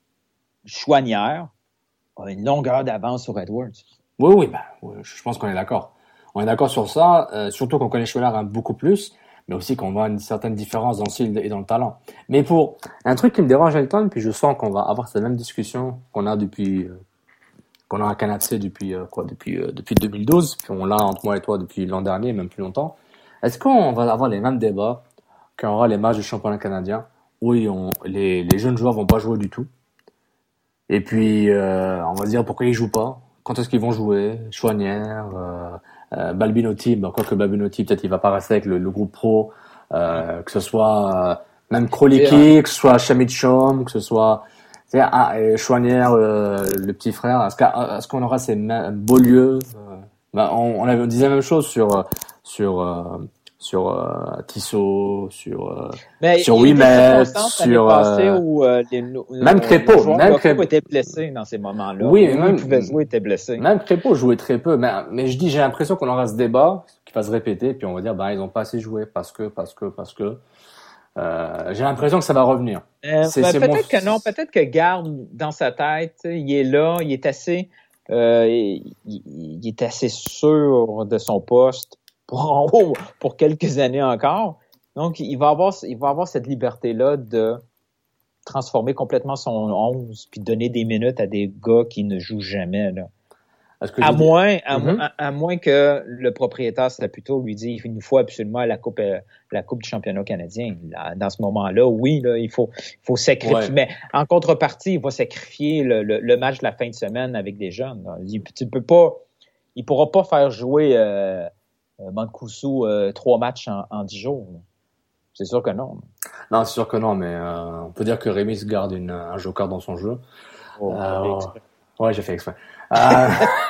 Choignard a une longueur d'avance sur Edwards. Oui, oui, ben, oui, je pense qu'on est d'accord. On est d'accord sur ça, euh, surtout qu'on connaît Choignard un beaucoup plus. Mais aussi qu'on voit une certaine différence dans le style et dans le talent. Mais pour un truc qui me dérange Elton, puis je sens qu'on va avoir cette même discussion qu'on a depuis euh, qu'on a à Canada depuis euh, quoi depuis euh, depuis deux mille douze, puis on l'a entre moi et toi depuis l'an dernier, même plus longtemps. Est-ce qu'on va avoir les mêmes débats quand on aura les matchs du championnat canadien où on, les les jeunes joueurs vont pas jouer du tout, et puis euh, on va se dire pourquoi ils jouent pas, quand est-ce qu'ils vont jouer, Choignard, euh, Euh, Balbinotti, ben, quoi que Balbinotti, peut-être il va pas rester avec le, le groupe pro, euh, que ce soit euh, même Kroliki, que ce soit Chamichom, que ce soit ah, Choignard, euh, le petit frère. Est-ce, est-ce qu'on aura ces mêmes Beaulieu euh, ben, on, on, avait, on disait la même chose sur sur euh, sur euh, Tissot, sur euh, mais sur Ouimet, sur euh, où, euh, les, même Crépeau, même Crépeau était blessé dans ces moments-là. Oui, même, même il pouvait jouer, était blessé. Même Crépeau jouait très peu, mais mais je dis j'ai l'impression qu'on aura ce débat qui va se répéter, puis on va dire bah ils ont pas assez joué parce que parce que parce que euh, j'ai l'impression que ça va revenir. Euh, c'est, ben, c'est peut-être mon... que non, peut-être que Garde dans sa tête, il est là, il est assez, euh, il, il est assez sûr de son poste. Pour, pour quelques années encore. Donc, il va avoir, il va avoir cette liberté-là de transformer complètement son onze puis donner des minutes à des gars qui ne jouent jamais, là. À moins, à, mm-hmm. à, à moins que le propriétaire Saputo lui dise il nous faut absolument la coupe, la coupe du championnat canadien. Là, dans ce moment-là, oui, là, il faut, il faut sacrifier. Ouais. Mais en contrepartie, il va sacrifier le, le, le match de la fin de semaine avec des jeunes. Il, tu peux pas, il pourra pas faire jouer euh, Mancuso euh, trois matchs en, en dix jours. Là. C'est sûr que non. Non, c'est sûr que non, mais euh, on peut dire que Rémi se garde une, un joker dans son jeu. Oh, euh, ouais, j'ai fait exprès. Euh...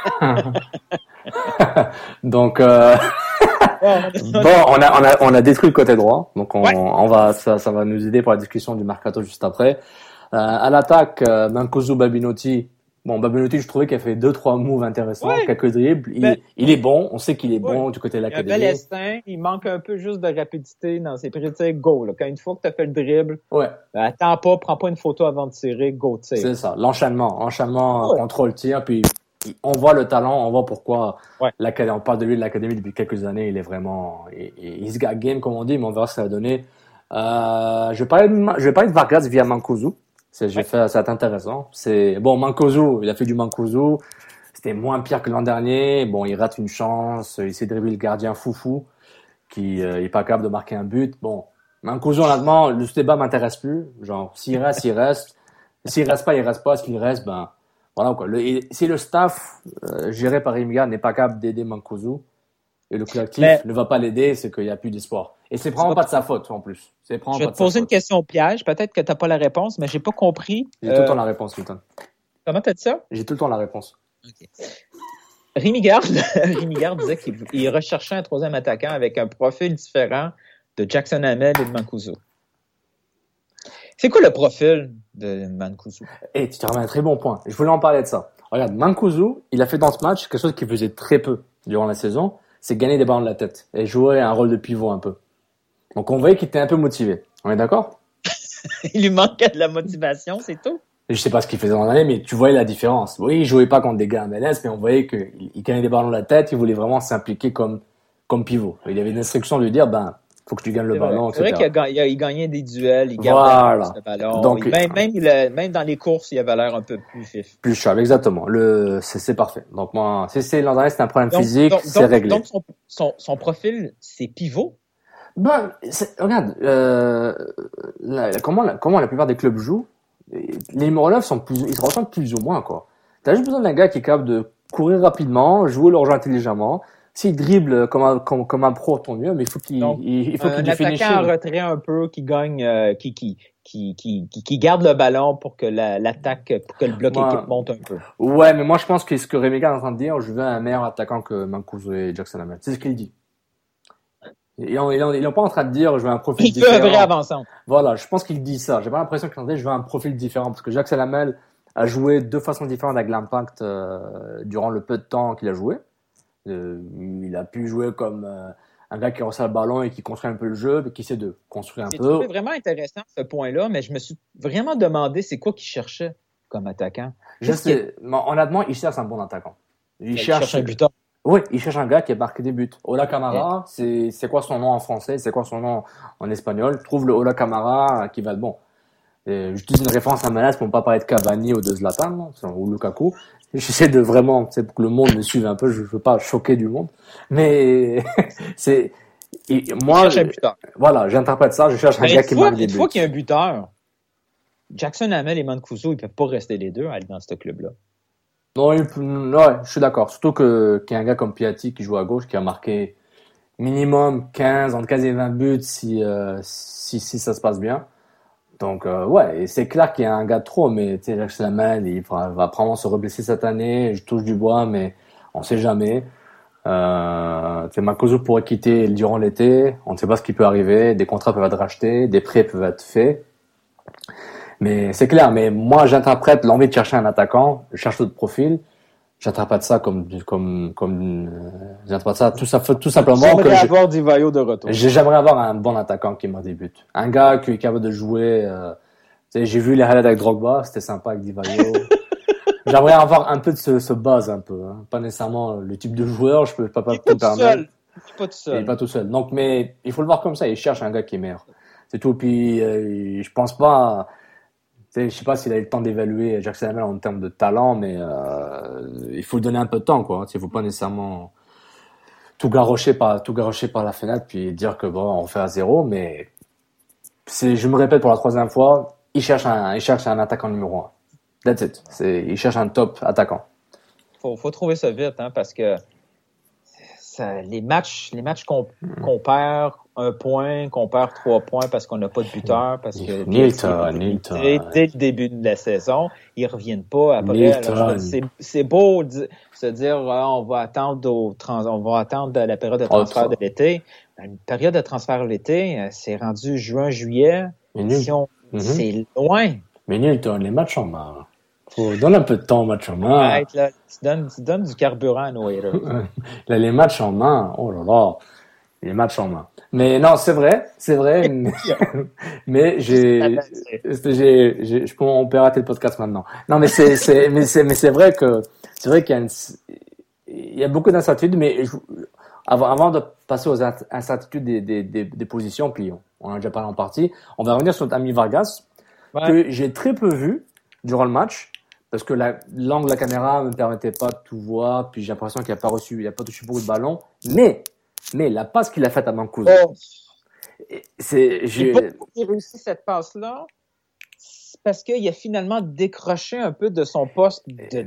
donc euh... bon, on a on a on a détruit le côté droit, donc on, ouais. on va ça ça va nous aider pour la discussion du mercato juste après. Euh, à l'attaque, euh, Mancuso, Babinotti. Bon, Babinotti, je trouvais qu'il a fait deux trois moves intéressants, ouais. quelques dribbles. Il, ben, il est bon, on sait qu'il est ouais. bon du côté de l'académie. Il a un bel instinct, il manque un peu juste de rapidité dans ses prises de tir. Go, là. Quand une fois que tu as fait le dribble, ouais. ben, attends pas, prends pas une photo avant de tirer, go tire. C'est ça, l'enchaînement, enchaînement, ouais. contrôle tir, puis on voit le talent, on voit pourquoi ouais. l'académie, on parle de lui de l'académie depuis quelques années, il est vraiment, il, il se got game comme on dit, mais on verra ce que ça va donner. Euh, je vais parler de, je vais parler de Vargas via Mancuso. C'est, j'ai ouais. fait, ça va être intéressant. C'est, bon, Mancuso, il a fait du Mancuso. C'était moins pire que l'an dernier. Bon, il rate une chance. Il s'est dribblé le gardien Foufou, qui, euh, est pas capable de marquer un but. Bon. Mancuso, honnêtement, le débat m'intéresse plus. Genre, s'il reste, il reste. S'il reste pas, il reste pas. S'il reste, ben, voilà, quoi. Le, si le staff, euh, géré par Rémi Garde n'est pas capable d'aider Mancuso, et le collectif mais, ne va pas l'aider, c'est qu'il n'y a plus d'espoir. Et c'est vraiment pas de sa faute, en plus. C'est je vais te poser une question piège. Peut-être que tu n'as pas la réponse, mais j'ai pas compris. J'ai euh... tout le temps la réponse, Milton. Comment t'as dit ça? J'ai tout le temps la réponse. Okay. Rémi Garde, Rémi Garde disait qu'il recherchait un troisième attaquant avec un profil différent de Jackson Hamel et de Mancuso. C'est quoi le profil de Mancuso? Eh, hey, tu te remets un très bon point. Je voulais en parler de ça. Regarde, Mancuso, il a fait dans ce match quelque chose qu'il faisait très peu durant la saison. C'est gagner des ballons de la tête et jouer un rôle de pivot un peu. Donc on voyait qu'il était un peu motivé. On est d'accord? Il lui manquait de la motivation, c'est tout? Je sais pas ce qu'il faisait dans l'année, mais tu voyais la différence. Oui, il jouait pas contre des gars à M L S, mais on voyait qu'il il gagnait des ballons de la tête, il voulait vraiment s'impliquer comme, comme pivot. Il y avait une instruction de lui dire, ben, faut que tu gagnes le c'est ballon, vrai. C'est et cetera. vrai qu'il a, il gagnait des duels, il gardait voilà. le ballon. Donc, il, même, même, il, même dans les courses, il avait l'air un peu plus vif. Plus sharp, exactement. Le, c'est, c'est parfait. Donc moi, c'est, c'est, l'an dernier, c'était un problème donc, physique, donc, c'est donc, réglé. Donc son, son, son profil, c'est pivot? Ben, c'est, regarde, euh, la, la, comment, la, comment la plupart des clubs jouent, les numéros neuf sont plus, ils se ressemblent plus ou moins, quoi. T'as juste besoin d'un gars qui est capable de courir rapidement, jouer leur jeu intelligemment. S'il dribble comme un, comme, comme un pro, tant mieux, mais il faut qu'il, Donc, il, il faut qu'il un attaquant en retrait un peu, qui gagne, euh, qui, qui, qui, qui, qui, qui garde le ballon pour que la, l'attaque, pour que le bloc moi, équipe monte un peu. Ouais, mais moi, je pense que ce que Rémi Garde est en train de dire, je veux un meilleur attaquant que Mancuso et Jackson Hamel. C'est ce qu'il dit. Ils n'ont il est pas en train de dire je veux un profil il différent. Il veut un vrai avançant. Voilà, je pense qu'il dit ça. J'ai pas l'impression qu'il en dit je veux un profil différent parce que Jackson Hamel a joué de façon différente avec l'Impact euh, durant le peu de temps qu'il a joué. Euh, il a pu jouer comme euh, un gars qui reçoit le ballon et qui construit un peu le jeu, et qui essaie de construire un c'est peu. C'est vraiment intéressant ce point-là, mais je me suis vraiment demandé c'est quoi qu'il cherchait comme attaquant. Je sais, qu'il... honnêtement, il cherche un bon attaquant. Il, il cherche, cherche un buteur. Oui, il cherche un gars qui a marqué des buts. Ola Camara, c'est, c'est quoi son nom en français? C'est quoi son nom en espagnol? Trouve le Ola Camara qui va être bon. Et j'utilise une référence à Manas pour ne pas parler de Cavani ou de Zlatan, ou Lukaku. J'essaie de vraiment, tu sais, pour que le monde me suive un peu, je veux pas choquer du monde. Mais, c'est, et moi, je cherche un buteur. Voilà, j'interprète ça, je cherche un Mais gars qui fois, marque des buts. Une fois qu'il y a un buteur, Jackson Hamel et Mancuso, ils peuvent pas rester les deux à aller dans ce club-là. Non, il, ouais, je suis d'accord. Surtout que, qu'il y a un gars comme Piatti qui joue à gauche, qui a marqué minimum quinze, entre quinze et vingt buts si, euh, si, si ça se passe bien. Donc, euh, ouais, et c'est clair qu'il y a un gars de trop, mais, tu sais, Jackson Hamel, il va, va probablement se reblesser cette année. Je touche du bois, mais on sait jamais. Euh, tu sais, Mancuso pourrait quitter durant l'été. On ne sait pas ce qui peut arriver. Des contrats peuvent être rachetés, des prêts peuvent être faits. Mais c'est clair, mais moi j'interprète l'envie de chercher un attaquant, je cherche d'autres profils, j'interprète ça comme comme comme euh, j'interprète ça tout ça tout simplement j'aimerais que avoir Divayo de retour. J'aimerais avoir un bon attaquant qui marque des buts, un gars qui est capable de jouer. Euh, tu sais, j'ai vu les highlights avec Drogba, c'était sympa avec Divayo. J'aimerais avoir un peu de ce, ce buzz un peu, hein. Pas nécessairement le type de joueur, je peux pas pas tout permettre. Il n'est pas tout seul. Il n'est pas tout seul. Donc, mais il faut le voir comme ça. Il cherche un gars qui est meilleur. C'est tout. Puis, euh, je pense pas. Je sais pas s'il a eu le temps d'évaluer Jackson Hamel en termes de talent, mais euh, il faut lui donner un peu de temps, quoi. Il faut pas nécessairement tout garrocher par tout garrocher par la fenêtre puis dire que bon, on fait à zéro. Mais c'est, je me répète pour la troisième fois, il cherche un, il cherche un attaquant numéro un. That's it. C'est, il cherche un top attaquant. Faut, faut trouver ça vite, hein, parce que ça, les matchs, les matchs qu'on, qu'on perd un point, qu'on perd trois points parce qu'on n'a pas de buteur, parce que Nilton, Nilton. Dès, dès le début de la saison, ils reviennent pas après. Alors, c'est, c'est beau de se dire ah, on va attendre au trans, on va attendre la période de transfert de l'été. Une période de transfert de l'été, c'est rendu juin, juillet. Si on, mm-hmm. C'est loin. Mais Nilton, les matchs en main. Faut donner un peu de temps aux matchs en main. Arrête, là, tu, donnes, tu donnes du carburant à nos haters. Là, les matchs en main, oh là là, les matchs en main. Mais non, c'est vrai, c'est vrai. mais, mais j'ai, j'ai, j'ai, je peux, on peut arrêter le podcast maintenant. Non, mais c'est, c'est, mais c'est, mais c'est vrai que, c'est vrai qu'il y a une, il y a beaucoup d'incertitudes, mais je, avant, avant de passer aux incertitudes des, des, des, des positions, puis on, on en a déjà parlé en partie, on va revenir sur notre ami Vargas, ouais. que j'ai très peu vu durant le match. Parce que la, l'angle de la caméra ne me permettait pas de tout voir, puis j'ai l'impression qu'il n'a pas reçu, il n'a pas touché beaucoup de ballons. Mais, mais la passe qu'il a faite à Mancuso, oh. c'est, j'ai... Il a réussi cette passe-là, c'est parce qu'il a finalement décroché un peu de son poste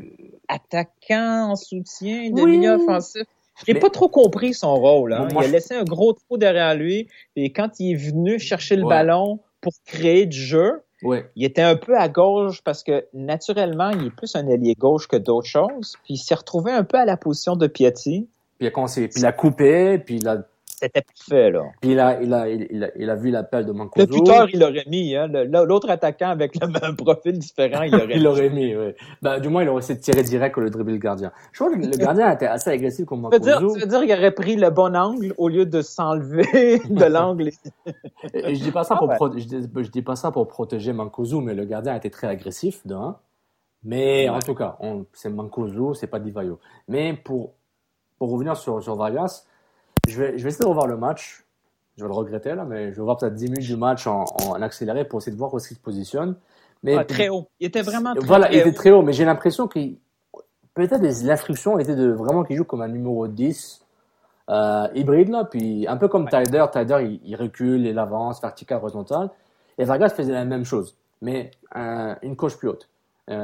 d'attaquant en soutien, de oui. milieu offensif. Je n'ai mais... pas trop compris son rôle. Hein. Moi, il a laissé un gros trou derrière lui, et quand il est venu chercher le ouais. ballon pour créer du jeu, ouais. il était un peu à gauche parce que, naturellement, il est plus un ailier gauche que d'autres choses. Puis il s'est retrouvé un peu à la position de Piatti. Puis il a, puis il a coupé, puis il a... C'était parfait, là. Puis il a, il a, il a, il a vu l'appel de Mancuso. Le buteur, il l'aurait mis, hein. Le, l'autre attaquant avec le même profil différent, il l'aurait mis. il l'aurait mis, oui. Ben, du moins, il aurait essayé de tirer direct au lieu de dribbler le gardien. Je crois que le gardien était assez agressif comme Mancuso. Tu veux dire, tu veux dire qu'il aurait pris le bon angle au lieu de s'enlever de l'angle. Et je dis pas ça pour, ah, pro... je, dis, je dis pas ça pour protéger Mancuso, mais le gardien a été très agressif, de un. Mais, ouais. en tout cas, on, c'est Mancuso, c'est pas Di Vaio. Mais pour, pour revenir sur, sur Vargas, je vais, je vais essayer de revoir le match. Je vais le regretter, là, mais je vais voir peut-être dix minutes du match en, en accéléré pour essayer de voir où est-ce qu'il se positionne. Mais ah, très haut. Il était vraiment très, voilà, très il était haut. très haut, mais j'ai l'impression qu'il, peut-être l'instruction était de vraiment qu'il joue comme un numéro dix, euh, hybride, là, puis un peu comme ouais. Tyder. Tyder, il, il recule, il avance, vertical, horizontal. Et Vargas faisait la même chose, mais euh, une coche plus haute.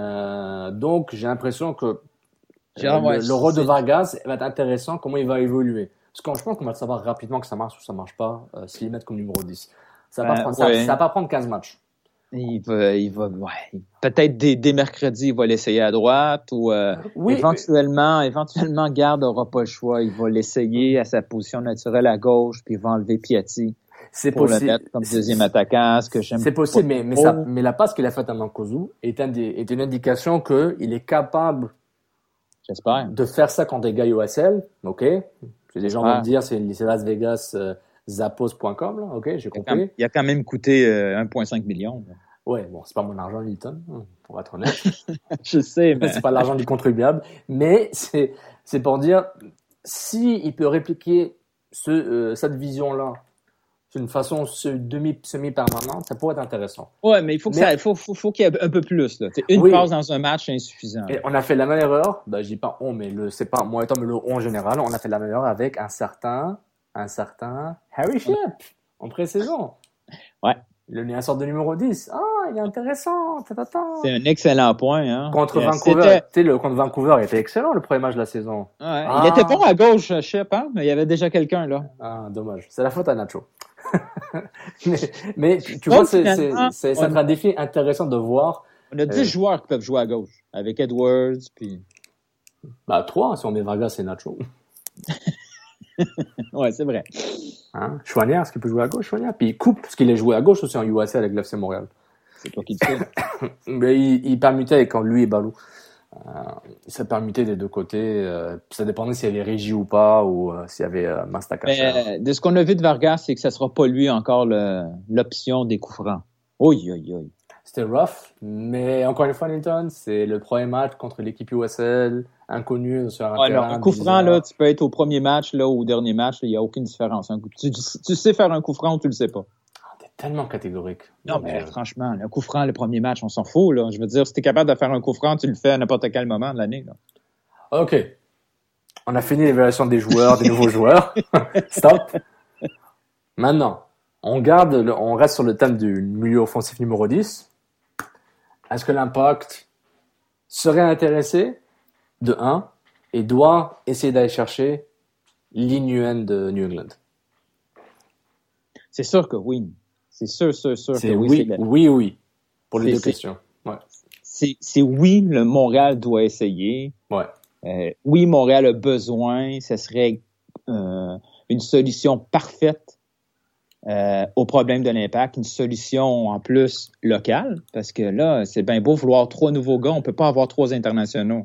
Euh, donc, j'ai l'impression que euh, ouais, le, le rôle de Vargas va être intéressant, comment il va évoluer. Parce que je pense qu'on va savoir rapidement que ça marche ou ça marche pas, euh, s'ils les mettent comme numéro dix. Ça va, euh, prendre, ouais. ça, ça va pas prendre quinze matchs. Il va, il va, ouais. Peut-être dès, dès mercredi, il va l'essayer à droite ou euh, oui, éventuellement, mais... éventuellement, Garde n'aura pas le choix. Il va l'essayer à sa position naturelle à gauche, puis il va enlever Piatti. C'est pour possible. le mettre comme deuxième attaquant, ce que j'aime. C'est possible, mais, mais, ça, mais la passe qu'il a faite à Mancuso est, un des, est une indication qu'il est capable J'espère. de faire ça quand des gars U S L, ok? Les gens ah. vont me dire, c'est, c'est Las Vegas euh, Zappos point com, là, ok, j'ai compris. Il a quand même coûté euh, un virgule cinq million. Là. Ouais, bon, c'est pas mon argent, Hilton, pour être honnête. Je sais, mais. C'est pas l'argent du contribuable. Mais c'est, c'est pour dire, si il peut répliquer ce, euh, cette vision-là d'une façon demi, semi-permanente, ça pourrait être intéressant. Ouais, mais il faut que mais, ça, faut, faut, faut qu'il y ait un peu plus, là. T'sais, une oui. passe dans un match, c'est insuffisant. Et on a fait la même erreur, ben, je dis pas on, mais le, c'est pas moi étant, mais le on en général, on a fait la même erreur avec un certain, un certain Harry Shipp, en pré-saison. Ouais. Le, une sorte de numéro dix. Ah, il est intéressant. Tata. C'est un excellent point, hein. Contre Vancouver. Tu sais, le, contre Vancouver, il était excellent, le premier match de la saison. Ouais. Ah. Il était bon à gauche, Shipp, hein, mais il y avait déjà quelqu'un, là. Ah, dommage. C'est la faute à Nacho. mais, mais tu, tu vois, c'est, c'est, c'est, c'est un défi intéressant de voir. On a dix euh, joueurs qui peuvent jouer à gauche, avec Edwards, puis. Bah, trois, si on met Vargas et Nacho. Ouais, c'est vrai. Hein? Chouanière, est-ce qu'il peut jouer à gauche, Chouanière? Puis il coupe, parce qu'il est joué à gauche aussi en U S L avec l'F C Montréal. C'est toi qui le sais. Mais il, il permutait quand lui et Balou. Euh, ça permutait des deux côtés. Euh, ça dépendait s'il y avait Régie ou pas, ou euh, s'il y avait euh, Mastakacher. Mais de ce qu'on a vu de Vargas, c'est que ça sera pas lui encore le, l'option des coups francs. Oui, oui, oui. c'était rough, mais encore une fois, Newton, c'est le premier match contre l'équipe U S L, inconnu sur un ouais, terrain. Non, un coup franc, là, tu peux être au premier match là, ou au dernier match, il n'y a aucune différence. Un coup, tu, tu sais faire un coup franc ou tu le sais pas. Ah, t'es tellement catégorique. Non, non mais euh... franchement, un coup franc, le premier match, on s'en fout. Là. Je veux dire, si tu es capable de faire un coup franc, tu le fais à n'importe quel moment de l'année. Là. OK. On a fini l'évaluation des joueurs, des nouveaux joueurs. Stop. Maintenant, on garde, le, on reste sur le thème du milieu offensif numéro dix. Est-ce que l'Impact serait intéressé, de un, et doit essayer d'aller chercher l'Inuan de New England? C'est sûr que oui. C'est sûr, sûr, sûr c'est que oui. Oui, c'est oui, oui, oui. Pour les c'est, deux c'est, questions. Ouais. C'est, c'est oui, le Montréal doit essayer. Ouais. Euh, oui, Montréal a besoin. Ce serait euh, une solution parfaite euh, au problème de l'Impact. Une solution en plus locale. Parce que là, c'est bien beau vouloir trois nouveaux gars. On peut pas avoir trois internationaux.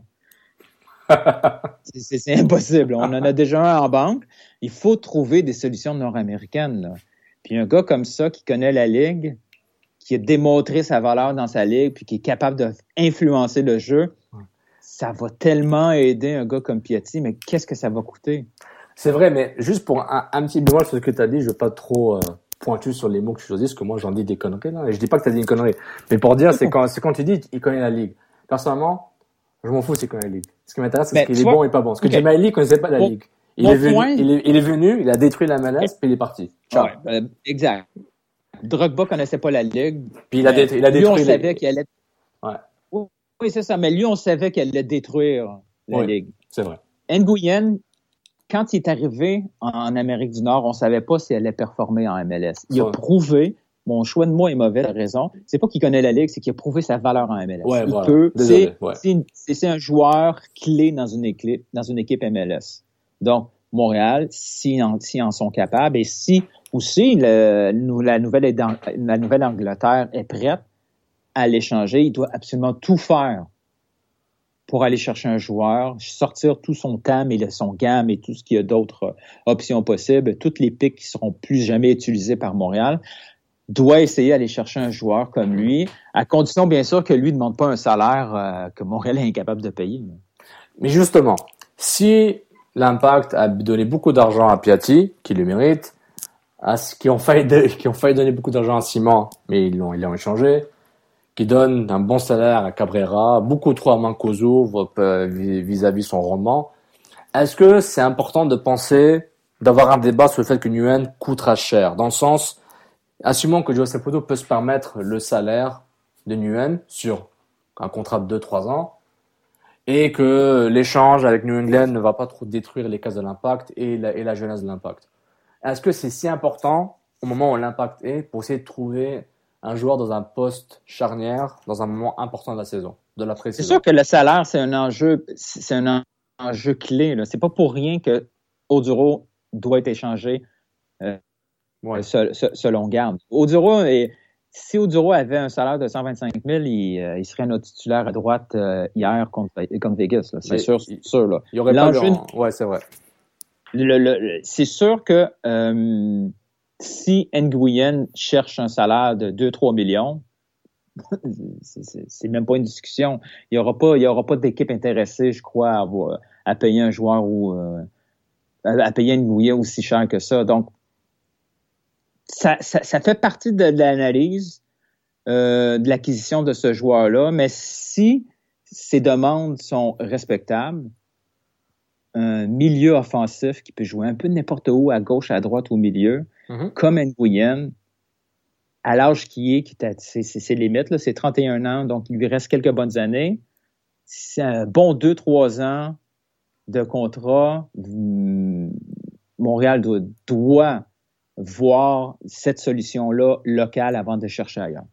c'est, c'est, c'est impossible. On en a déjà un en banque. Il faut trouver des solutions nord-américaines. Là. Puis un gars comme ça qui connaît la Ligue, qui a démontré sa valeur dans sa Ligue, puis qui est capable d'influencer le jeu, ça va tellement aider un gars comme Piatti, mais qu'est-ce que ça va coûter? C'est vrai, mais juste pour un, un petit bémol sur ce que tu as dit, je veux pas trop euh, pointu sur les mots que tu choisis, parce que moi j'en dis des conneries là, et je dis pas que tu as dit une connerie. Mais pour dire, c'est quand, c'est quand tu dis il connaît la Ligue. Personnellement, je m'en fous s'il connaît la Ligue. Ce qui m'intéresse, c'est ce qu'il est bon et pas bon. Parce que okay. Jamaili connaissait pas la bon, Ligue. Il, bon est venu, point... il, est, il est venu, il a détruit la M L S, puis il est parti. Ciao. Ouais, euh, exact. Drogba connaissait pas la Ligue. Puis il a, détruit, il a détruit. Lui, on les... savait qu'il allait. Ouais. Oui, oui, c'est ça. Mais lui, on savait qu'elle allait détruire la oui, Ligue. C'est vrai. Nguyen, quand il est arrivé en, en Amérique du Nord, on savait pas s'il allait performer en M L S. Il ça. a prouvé. Mon choix de mot est mauvais, t'as raison. C'est pas qu'il connaît la Ligue, c'est qu'il a prouvé sa valeur en M L S. Ouais, il voilà. peut. Désolé, c'est, ouais. c'est, une, c'est, c'est un joueur clé dans une équipe, dans une équipe M L S. Donc, Montréal, si en, si en sont capables, et si aussi le, la, nouvelle, la Nouvelle-Angleterre est prête à l'échanger, il doit absolument tout faire pour aller chercher un joueur, sortir tout son T A M et son G A M et tout ce qu'il y a d'autres options possibles, toutes les pics qui seront plus jamais utilisées par Montréal, doit essayer d'aller chercher un joueur comme lui, à condition bien sûr que lui ne demande pas un salaire euh, que Montréal est incapable de payer. Mais justement, si l'Impact a donné beaucoup d'argent à Piatti, qui le mérite, à ce qui ont failli, de, qui ont failli donner beaucoup d'argent à Simon, mais ils l'ont, ils l'ont échangé, qui donne un bon salaire à Cabrera, beaucoup trop à Mancoso vis-à-vis son rendement. Est-ce que c'est important de penser, d'avoir un débat sur le fait que Nguyen coûtera cher, dans le sens, assumons que José Poto peut se permettre le salaire de Nguyen sur un contrat de deux trois ans, et que l'échange avec New England ne va pas trop détruire les cases de l'Impact et la, et la jeunesse de l'Impact. Est-ce que c'est si important au moment où l'Impact est pour essayer de trouver un joueur dans un poste charnière dans un moment important de la saison, de la pré-saison? C'est sûr que le salaire, c'est un enjeu, c'est un enjeu clé, là. C'est pas pour rien que Oduro doit être échangé euh, ouais. selon Garde. Oduro est... Si Oduro avait un salaire de cent vingt-cinq mille, il, euh, il serait notre titulaire à droite euh, hier contre, contre Vegas. Là. C'est mais sûr, c'est sûr. Là. Il y aurait L'enjeu, pas de... Ouais, c'est vrai. Le, le, le, c'est sûr que euh, si Nguyen cherche un salaire de deux à trois millions, c'est, c'est, c'est même pas une discussion. Il y aura pas, il y aura pas d'équipe intéressée, je crois, à, à payer un joueur ou euh, à payer Nguyen aussi cher que ça. Donc, Ça, ça, ça fait partie de, de l'analyse euh, de l'acquisition de ce joueur-là, mais si ces demandes sont respectables, un milieu offensif qui peut jouer un peu n'importe où, à gauche, à droite, au milieu, mm-hmm. comme Nguyen, à l'âge qu'il est, qui est à, c'est, c'est ses limites, là, c'est trente et un ans, donc il lui reste quelques bonnes années. C'est un bon deux trois ans de contrat. Montréal doit, doit voir cette solution-là locale avant de chercher ailleurs.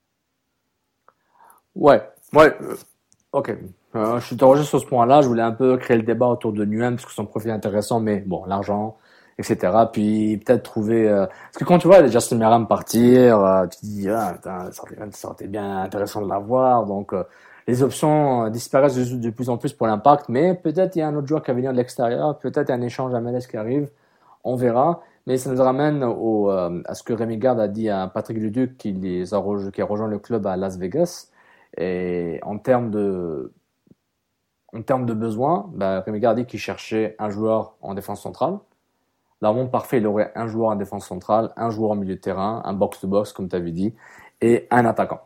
Ouais, ouais, euh, ok. Euh, je suis rejoint sur ce point-là. Je voulais un peu créer le débat autour de Nguyen parce que son profil est intéressant, mais bon, l'argent, et cetera. Puis peut-être trouver... Euh... Parce que quand tu vois Justin Meram partir, euh, tu te dis, ah, ça aurait été bien intéressant de l'avoir. Donc, euh, les options disparaissent de, de plus en plus pour l'Impact, mais peut-être il y a un autre joueur qui va venir de l'extérieur, peut-être un échange à M L S qui arrive, on verra. Mais ça nous ramène au, euh, à ce que Rémi Garde a dit à Patrick Leduc qui, les a rejoint, qui a rejoint le club à Las Vegas. Et en termes de, en termes de besoins, bah, Rémi Garde dit qu'il cherchait un joueur en défense centrale. Dans le monde parfait, il aurait un joueur en défense centrale, un joueur en milieu de terrain, un box-to-box, comme tu avais dit, et un attaquant.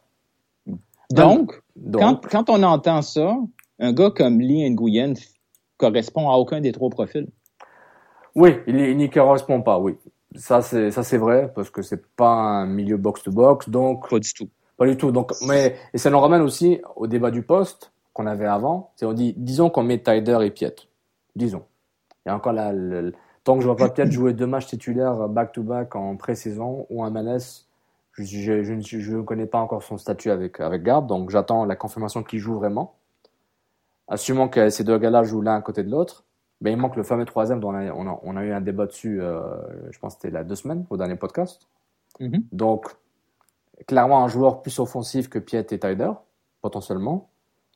Donc, Donc quand, quand on entend ça, un gars comme Lee Nguyen correspond à aucun des trois profils. Oui, il, il n'y correspond pas, oui. Ça c'est, ça, c'est vrai, parce que c'est pas un milieu box-to-box, donc. Pas du tout. Pas du tout. Donc, mais, et ça nous ramène aussi au débat du poste qu'on avait avant. C'est, on dit, disons qu'on met Taider et Piet. Disons. Il y a encore là, le, le, tant que je vois pas Piet jouer deux matchs titulaires back-to-back en pré-saison ou en M L S, je, je, je, je, je ne connais pas encore son statut avec, avec Garde, donc j'attends la confirmation qu'il joue vraiment. Assumons que ces deux gars-là jouent l'un à côté de l'autre. Ben, il manque le fameux troisième dont on a, on a, on a eu un débat dessus, euh, je pense que c'était il y a deux semaines, au dernier podcast. Mm-hmm. Donc, clairement, un joueur plus offensif que Piet et Taider, potentiellement.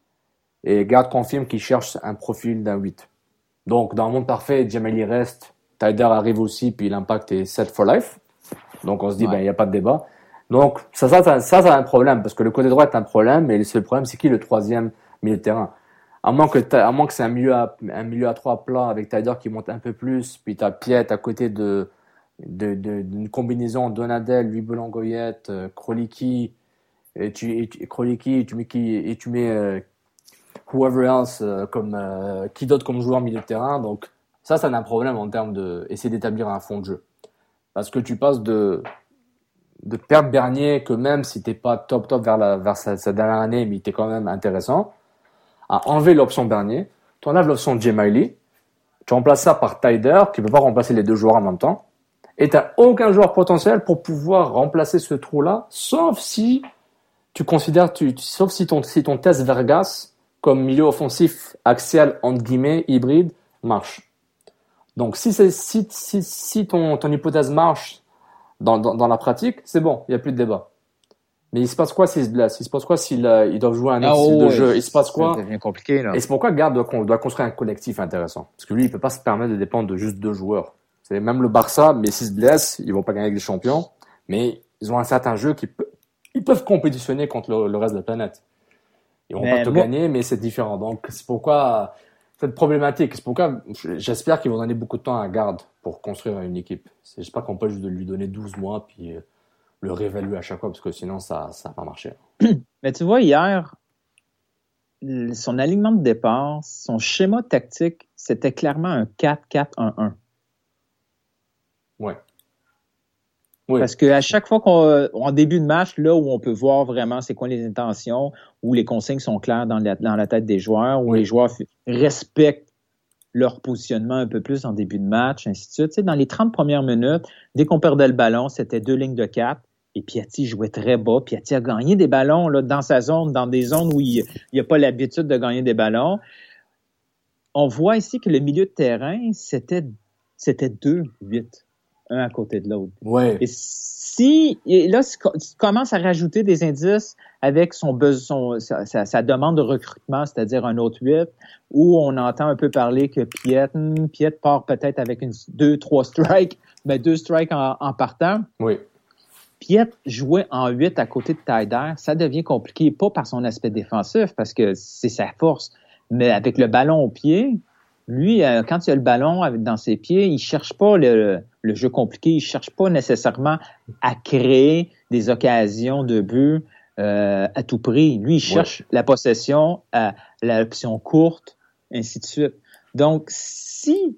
Et Garde confirme qu'il cherche un profil d'un huit. Donc, dans le monde parfait, Djemeli reste, Taider arrive aussi, puis l'impact est set for life. Donc, on se dit, ouais. ben, il n'y a pas de débat. Donc, ça, ça, ça, ça, ça a un problème, parce que le côté droit est un problème, mais le seul problème, c'est qui le troisième milieu de terrain? À moins que, à moins que c'est un milieu à, un milieu à trois plats avec Taider qui monte un peu plus, puis t'as Piet à côté de, de, de, d'une combinaison Donadel, Louis Bolangoyette, euh, Kroliki, et tu, et tu, Kroliki, et tu mets qui, et tu mets, euh, whoever else, euh, comme, euh, qui d'autre comme joueur milieu de terrain. Donc, ça, ça a un problème en termes de, essayer d'établir un fond de jeu. Parce que tu passes de, de perdre Bernier, que même si t'es pas top top vers la, vers sa, sa dernière année, mais il était quand même intéressant, à enlever l'option Bernier, tu enlèves l'option Djemili, tu remplaces ça par Taider, qui ne peut pas remplacer les deux joueurs en même temps, et tu n'as aucun joueur potentiel pour pouvoir remplacer ce trou-là, sauf si tu considères, tu, sauf si ton, si ton test Vergas, comme milieu offensif axial, entre guillemets, hybride, marche. Donc, si, c'est, si, si, si ton, ton hypothèse marche dans, dans, dans la pratique, c'est bon, il n'y a plus de débat. Mais il se passe quoi s'ils se blessent? Il se passe quoi s'ils euh, ils doivent jouer un autre oh, style de ouais, jeu? Il se passe quoi? Ça devient compliqué, là. Et c'est pourquoi Garde doit, doit construire un collectif intéressant. Parce que lui, il peut pas se permettre de dépendre de juste deux joueurs. C'est même le Barça, mais s'ils se blessent, ils vont pas gagner avec les champions. Mais ils ont un certain jeu qui peut, ils peuvent compétitionner contre le, le reste de la planète. Ils vont mais pas tout moi... gagner, mais c'est différent. Donc, c'est pourquoi cette problématique, c'est pourquoi j'espère qu'ils vont donner beaucoup de temps à Garde pour construire une équipe. C'est, j'espère qu'on peut juste lui donner douze mois, puis le réévaluer à chaque fois, parce que sinon, ça ça va pas marcher. Mais tu vois, hier, son alignement de départ, son schéma tactique, c'était clairement un quatre quatre un un. Ouais. Oui. Parce qu'à chaque fois qu'on, en début de match, là où on peut voir vraiment c'est quoi les intentions, où les consignes sont claires dans la, dans la tête des joueurs, où oui. les joueurs respectent leur positionnement un peu plus en début de match, ainsi de suite. Tu sais, dans les trente premières minutes, dès qu'on perdait le ballon, c'était deux lignes de quatre. Et Piatti jouait très bas. Piatti a gagné des ballons là, dans sa zone, dans des zones où il n'a pas l'habitude de gagner des ballons. On voit ici que le milieu de terrain, c'était, c'était deux huit, un à côté de l'autre. Ouais. Et si, et là, tu commences à rajouter des indices avec son besoin, sa, sa, sa demande de recrutement, c'est-à-dire un autre huit, où on entend un peu parler que Piet, Piet part peut-être avec une, deux, trois strikes, mais deux strikes en, en partant. Oui. Piet jouer en huit à côté de Taider, ça devient compliqué, pas par son aspect défensif, parce que c'est sa force, mais avec le ballon au pied, lui, quand il a le ballon dans ses pieds, il cherche pas le, le jeu compliqué, il cherche pas nécessairement à créer des occasions de but euh, à tout prix. Lui, il cherche ouais. la possession, euh, l'option courte, ainsi de suite. Donc, si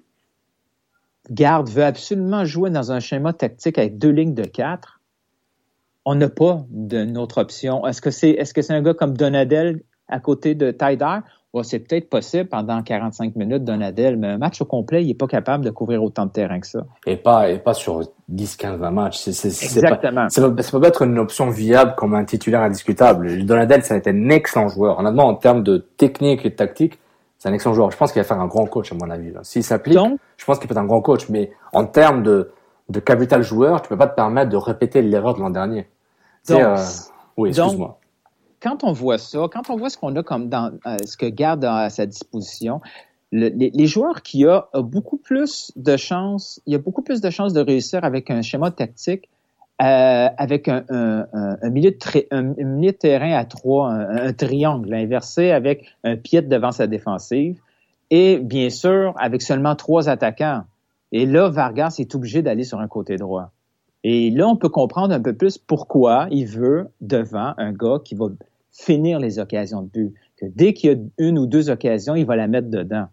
Garde veut absolument jouer dans un schéma tactique avec deux lignes de quatre, on n'a pas d'une autre option. Est-ce que c'est, est-ce que c'est un gars comme Donadel à côté de Taider? Ouais, c'est peut-être possible pendant quarante-cinq minutes, Donadel, mais un match au complet, il n'est pas capable de couvrir autant de terrain que ça. Et pas, et pas sur dix, quinze, vingt matchs. C'est, c'est, Exactement. C'est pas, ça peut pas être une option viable comme un titulaire indiscutable. Donadel, ça a été un excellent joueur. Honnêtement, en termes de technique et de tactique, c'est un excellent joueur. Je pense qu'il va faire un grand coach, à mon avis. Là. S'il s'applique, Donc, je pense qu'il peut être un grand coach. Mais en termes de, de capital joueur, tu peux pas te permettre de répéter l'erreur de l'an dernier. Donc, euh, oui, excuse-moi. Donc, quand on voit ça, quand on voit ce qu'on a comme dans euh, ce que Garde a à sa disposition, le, les, les joueurs qu'il y a, a beaucoup plus de chances, il y a beaucoup plus de chances de réussir avec un schéma tactique, euh, avec un, un, un, un, milieu de tra- un, un milieu de terrain à trois, un, un triangle inversé avec un pied devant sa défensive, et bien sûr, avec seulement trois attaquants. Et là, Vargas est obligé d'aller sur un côté droit. Et là, on peut comprendre un peu plus pourquoi il veut devant un gars qui va finir les occasions de but. Que dès qu'il y a une ou deux occasions, il va la mettre dedans.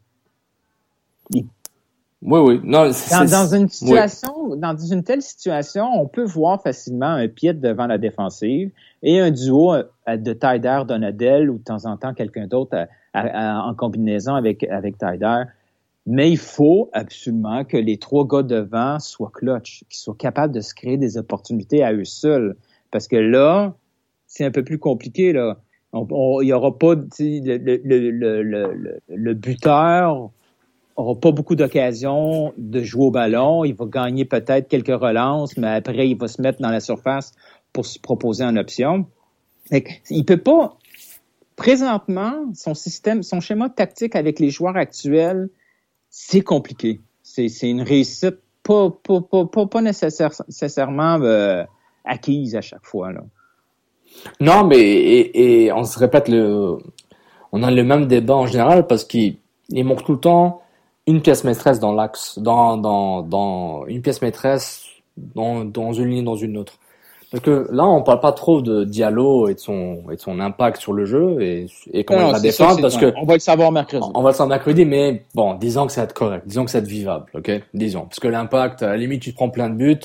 Il... Oui, oui. Non, c'est, dans, dans une situation, oui. Dans une telle situation, on peut voir facilement un pied devant la défensive et un duo de Taider, Donadel ou de temps en temps quelqu'un d'autre à, à, à, en combinaison avec, avec Taider. Mais il faut absolument que les trois gars devant soient clutch, qu'ils soient capables de se créer des opportunités à eux seuls. Parce que là, c'est un peu plus compliqué, là. On, on, il y aura pas, le, le, le, le, le buteur aura pas beaucoup d'occasions de jouer au ballon. Il va gagner peut-être quelques relances, mais après, il va se mettre dans la surface pour se proposer en option. Fait il peut pas, présentement, son système, son schéma tactique avec les joueurs actuels, c'est compliqué. C'est, c'est une réussite pas, pas, pas, pas, pas nécessaire, nécessairement euh, acquise à chaque fois, là. Non, mais et, et on se répète le, on a le même débat en général parce qu'il il manque tout le temps une pièce maîtresse dans l'axe, dans dans dans une pièce maîtresse dans dans une ligne dans une autre. Parce que là, on parle pas trop de Diallo et de son et de son impact sur le jeu et et comment non, il va défendre ça, parce que on va le savoir mercredi. On va le savoir mercredi, mais bon, disons que ça va être correct, disons que ça va être vivable, ok, disons, parce que l'impact, à la limite, tu te prends plein de buts.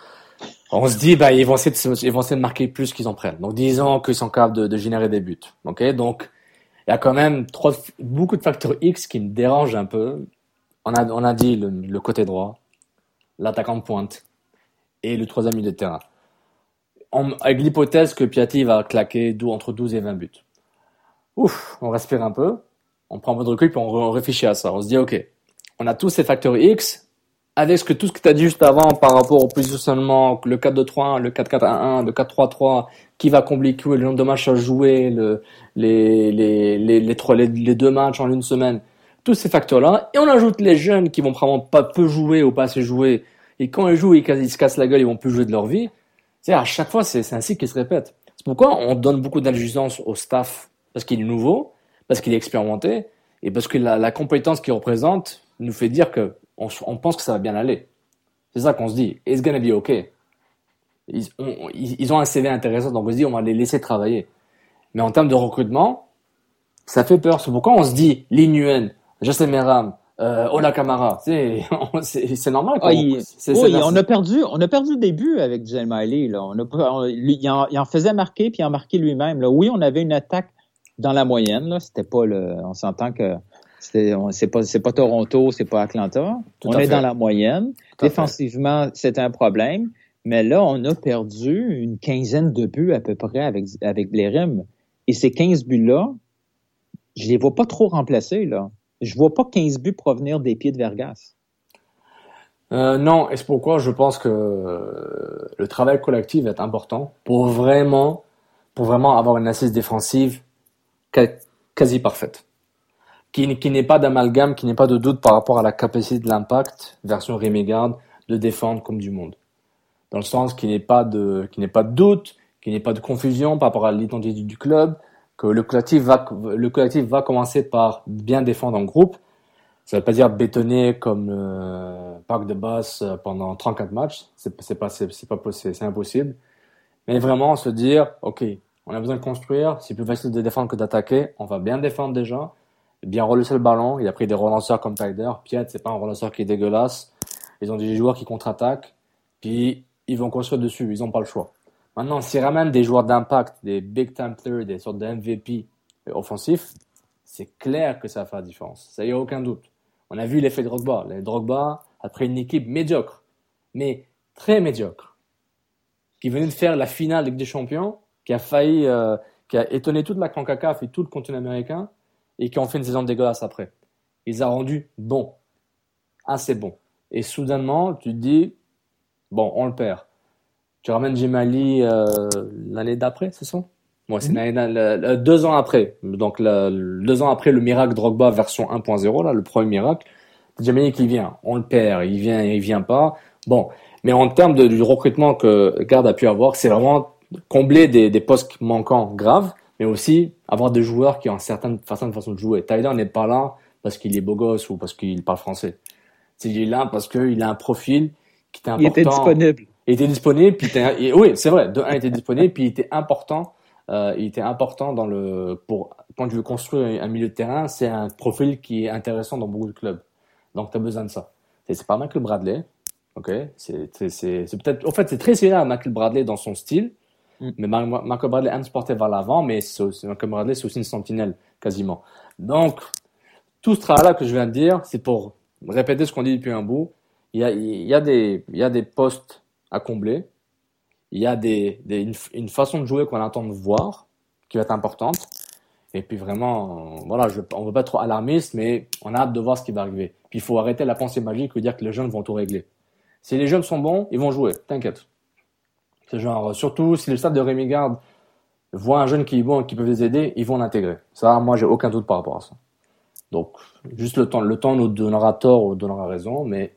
On se dit, bah, ils vont essayer de, ils vont essayer de marquer plus qu'ils en prennent. Donc, disons qu'ils sont capables de, de générer des buts. Ok? Donc, il y a quand même trop, beaucoup de facteurs X qui me dérangent un peu. On a, on a dit le, le côté droit, l'attaquant de pointe et le troisième milieu de terrain. On, avec l'hypothèse que Piatti va claquer entre douze et vingt buts. Ouf, on respire un peu. On prend un peu de recul puis on, on réfléchit à ça. On se dit, ok, on a tous ces facteurs X. Avec ce que tout ce que tu as dit juste avant par rapport au positionnement, le quatre deux trois un, le quatre quatre un un, le quatre trois trois, qui va compliquer le nombre de matchs à jouer, le, les, les, les, les, trois, les, les deux matchs en une semaine, tous ces facteurs-là, et on ajoute les jeunes qui vont probablement pas peu jouer ou pas assez jouer, et quand ils jouent, ils, ils se cassent la gueule, ils vont plus jouer de leur vie. C'est à chaque fois, c'est, c'est un cycle qui se répète. C'est pourquoi on donne beaucoup d'indulgence au staff, parce qu'il est nouveau, parce qu'il est expérimenté, et parce que la, la compétence qu'il représente nous fait dire que On, on pense que ça va bien aller. C'est ça qu'on se dit. It's gonna be okay. Ils, on, ils ont un C V intéressant, donc on se dit on va les laisser travailler. Mais en termes de recrutement, ça fait peur. C'est pourquoi on se dit Lee Nguyen, José Meram, euh, Ola Kamara. C'est, c'est, c'est normal. Ah, il, c'est, oui, c'est on a perdu, on a perdu le début avec Jalen Miley. Là, on a, on, lui, il, en, il en faisait marquer puis il en marquait lui-même. Là. Oui, on avait une attaque dans la moyenne. Là, c'était pas le. On s'entend que. C'est, on, c'est pas, c'est pas Toronto, c'est pas Atlanta. Tout on est fait. Dans la moyenne. Tout Défensivement, c'est un problème. Mais là, on a perdu une quinzaine de buts à peu près avec, avec Blérim. Et ces quinze buts-là, je les vois pas trop remplacés, là. Je vois pas quinze buts provenir des pieds de Vargas. Euh, non, et c'est pourquoi je pense que euh, le travail collectif est important pour vraiment, pour vraiment avoir une assise défensive quasi parfaite. Qui, qui n'est pas d'amalgame, qui n'est pas de doute par rapport à la capacité de l'Impact, version Rémi Garde, de défendre comme du monde. Dans le sens qu'il n'est pas de, qu'il n'est pas de doute, qu'il n'est pas de confusion par rapport à l'identité du club, que le collectif va, le collectif va commencer par bien défendre en groupe. Ça veut pas dire bétonner comme le Parc de Basse pendant trente-quatre matchs. C'est, c'est pas, c'est, c'est pas possible, c'est impossible. Mais vraiment se dire, ok, on a besoin de construire, c'est plus facile de défendre que d'attaquer, on va bien défendre déjà. Bien relancer le ballon. Il a pris des relanceurs comme Taider. Piet, c'est pas un relanceur qui est dégueulasse. Ils ont des joueurs qui contre-attaquent. Puis, ils vont construire dessus. Ils ont pas le choix. Maintenant, s'ils ramènent des joueurs d'impact, des big time players, des sortes de M V P offensifs, c'est clair que ça va faire la différence. Ça y a aucun doute. On a vu l'effet Drogba. Le Drogba, après une équipe médiocre, mais très médiocre, qui venait de faire la finale de Ligue des Champions, qui a failli, euh, qui a étonné toute la CONCACAF et tout le continent américain, et qui ont fait une saison dégueulasse après. Il les a rendus bons. Assez bons. Et soudainement, tu te dis, bon, on le perd. Tu ramènes Jemali euh, l'année d'après, c'est ça? Moi, c'est mm-hmm. la, la, la, deux ans après. Donc, la, deux ans après le miracle Drogba version un point zéro, là, le premier miracle. Djamini qui vient. On le perd. Il vient, il vient pas. Bon. Mais en termes de, du recrutement que Garde a pu avoir, c'est vraiment combler des, des postes manquants graves, mais aussi avoir des joueurs qui ont certaines façons, façon de jouer. Tyler n'est pas là parce qu'il est beau gosse ou parce qu'il parle français. Il est là parce qu'il a un profil qui était important. Il était disponible. Il était disponible, puis était, et, oui, c'est vrai. De un, il était disponible, puis il était important. Euh, il était important dans le pour quand tu veux construire un milieu de terrain, c'est un profil qui est intéressant dans beaucoup de clubs. Donc, tu as besoin de ça. Et c'est pas Michael Bradley. Ok, c'est, c'est, c'est, c'est peut-être, en fait, c'est très similaire à Michael Bradley dans son style, mm. mais Michael Bradley aime se porter vers l'avant, mais c'est, c'est, Michael Bradley, c'est aussi une sentinelle, quasiment. Donc, tout ce travail-là que je viens de dire, c'est pour répéter ce qu'on dit depuis un bout. Il y a, il y a des, il y a des postes à combler. Il y a des, des, une, une façon de jouer qu'on attend de voir, qui va être importante. Et puis vraiment, voilà, je, on veut pas être trop alarmiste, mais on a hâte de voir ce qui va arriver. Puis il faut arrêter la pensée magique de dire que les jeunes vont tout régler. Si les jeunes sont bons, ils vont jouer, t'inquiète. C'est genre, surtout si le stade de Rémi Garde voit un jeune qui est bon et qui peut les aider, ils vont l'intégrer. Ça, moi, j'ai aucun doute par rapport à ça. Donc, juste le temps, le temps nous donnera tort ou donnera raison, mais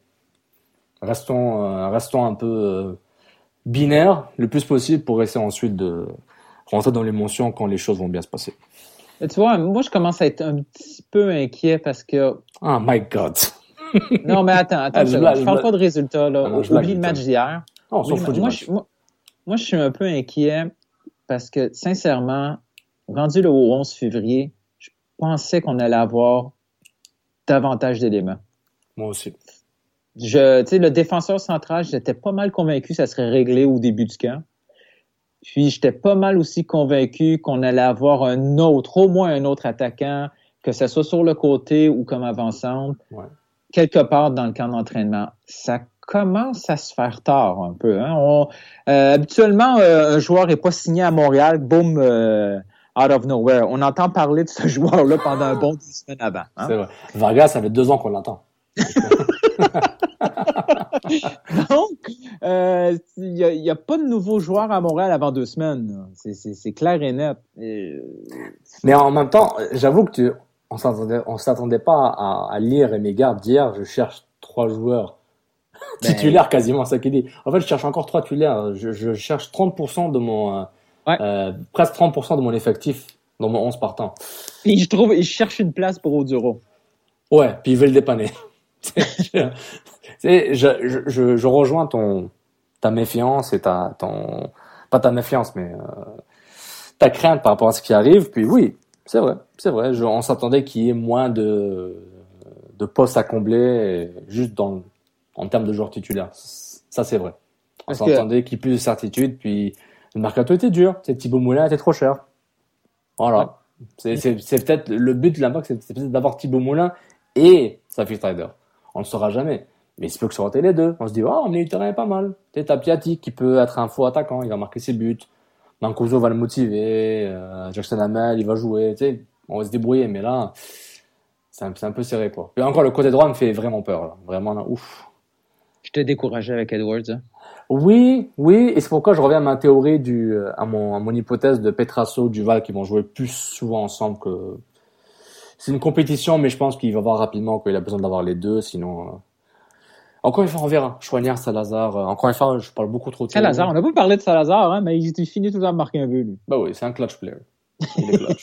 restons, euh, restons un peu euh, binaires le plus possible pour essayer ensuite de rentrer dans l'émotion quand les choses vont bien se passer. Et tu vois, moi, je commence à être un petit peu inquiet parce que... Oh my God! Non, mais attends, attends, ah, je, je, je parle pas de résultats, là. Ah, Oublie le match d'hier. Non, on s'en oui, fout du moi, match. Je, moi, moi, je suis un peu inquiet parce que, sincèrement, rendu le onze février, je pensais qu'on allait avoir davantage d'éléments. Moi aussi. Je, tu sais, le défenseur central, j'étais pas mal convaincu que ça serait réglé au début du camp. Puis, j'étais pas mal aussi convaincu qu'on allait avoir un autre, au moins un autre attaquant, que ce soit sur le côté ou comme avant-centre. Ouais. Quelque part dans le camp d'entraînement. Ça commence à se faire tard un peu. Hein? On, euh, habituellement, euh, un joueur n'est pas signé à Montréal, boum, euh, out of nowhere. On entend parler de ce joueur-là pendant un bon dix semaines avant. Hein? C'est vrai. Vargas, ça fait deux ans qu'on l'entend. Donc, il euh, n'y a, y a pas de nouveaux joueurs à Montréal avant deux semaines. C'est, c'est, c'est clair et net. Et... Mais en même temps, j'avoue que tu... On s'attendait, on s'attendait pas à, à lire Rémi Garde dire je cherche trois joueurs ben... titulaires quasiment, ça qu'il dit. En fait, je cherche encore trois titulaires. Je, je cherche trente pour cent de mon, ouais. euh, presque trente pour cent de mon effectif dans mon onze partant. Et je trouve, il cherche une place pour Oduro. Ouais, puis il veut le dépanner. je, je, je, je, je rejoins ton, ta méfiance et ta, ton, pas ta méfiance, mais, euh, ta crainte par rapport à ce qui arrive. Puis oui. C'est vrai, c'est vrai. Je, on s'attendait qu'il y ait moins de, de postes à combler, juste dans, en termes de joueurs titulaires. Ça, c'est vrai. On Parce s'attendait que... qu'il y ait plus de certitude, puis le mercato était dur. C'est Thibaut Moulin était trop cher. Voilà. Ouais. C'est, c'est, c'est peut-être le but de l'impact, c'est, c'est peut-être d'avoir Thibaut Moulin et Safi Strider. On ne le saura jamais. Mais il se peut que ça aurait été les deux. On se dit, oh, mais le terrain est pas mal. Tu sais, t'as Piatti qui peut être un faux attaquant, il va marquer ses buts. Mancuso va le motiver, euh, Jackson Hamel, il va jouer, tu sais, on va se débrouiller, mais là, c'est un, c'est un peu serré, quoi. Puis encore, le côté droit me fait vraiment peur, là. Vraiment, là, ouf. Je t'ai découragé avec Edwards, hein? Oui, oui, et c'est pourquoi je reviens à ma théorie du, à mon, à mon hypothèse de Petrasso, Duval, qui vont jouer plus souvent ensemble que, c'est une compétition, mais je pense qu'il va voir rapidement qu'il a besoin d'avoir les deux, sinon, euh... Encore une fois, on verra. Chouanière, Salazar. Euh, encore une fois, je parle beaucoup trop de Salazar, on n'a pas parlé de Salazar, hein, mais il, il finit tout le temps de marquer un but, lui. Bah oui, c'est un clutch player. Il est clutch.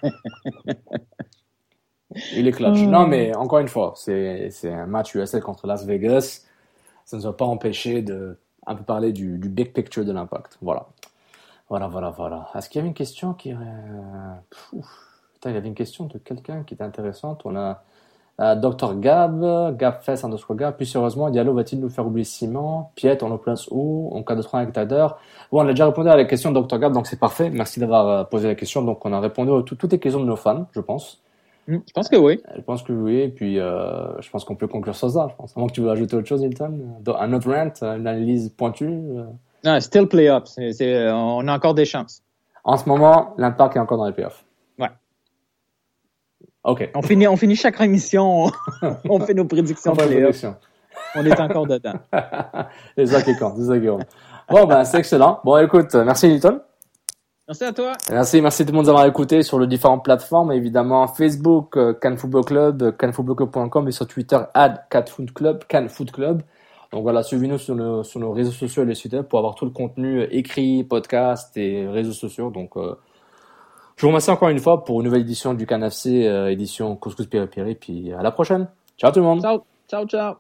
il est clutch. Mmh. Non, mais encore une fois, c'est, c'est un match U S L contre Las Vegas. Ça ne nous a pas empêché de un peu parler du, du big picture de l'impact. Voilà. Voilà, voilà, voilà. Est-ce qu'il y avait une question qui... Euh... Putain, il y avait une question de quelqu'un qui était intéressante. On a... Euh, docteur Gab, Gabfest, underscore Gab, plus sérieusement, Diallo va-t-il nous faire oublier Simon? Piet, on le place où? En cas de trois avec Tader? Bon, on a déjà répondu à la question de docteur Gab, donc c'est parfait. Merci d'avoir posé la question. Donc, on a répondu à tout, toutes les questions de nos fans, je pense. Mmh, je pense que oui. Je pense que oui. Et puis, euh, je pense qu'on peut conclure sur ça, je pense. À moins que tu veux ajouter autre chose, Hilton? Un autre rant, une analyse pointue? Euh... Non, still play-off. C'est, c'est, on a encore des chances. En ce moment, l'Impact est encore dans les playoffs. Ouais. OK. On finit, on finit chaque émission, on, on fait nos prédictions. On, prédictions. On est encore dedans. C'est ça qui compte, c'est ça qui compte. Bon, ben, c'est excellent. Bon, écoute, merci Hilton. Merci à toi. Merci, merci tout le monde d'avoir écouté sur les différentes plateformes. Évidemment, Facebook, euh, Cannes Football Club, cannes football club point com et sur Twitter, arobase cannes foot club, Cannes Foot Club. Donc voilà, suivez-nous sur nos, sur nos réseaux sociaux et les sites web pour avoir tout le contenu écrit, podcast et réseaux sociaux. Donc, euh, je vous remercie encore une fois pour une nouvelle édition du Cannes F C, euh, édition Couscous Piri Piri. Puis à la prochaine. Ciao tout le monde. Ciao, ciao, ciao.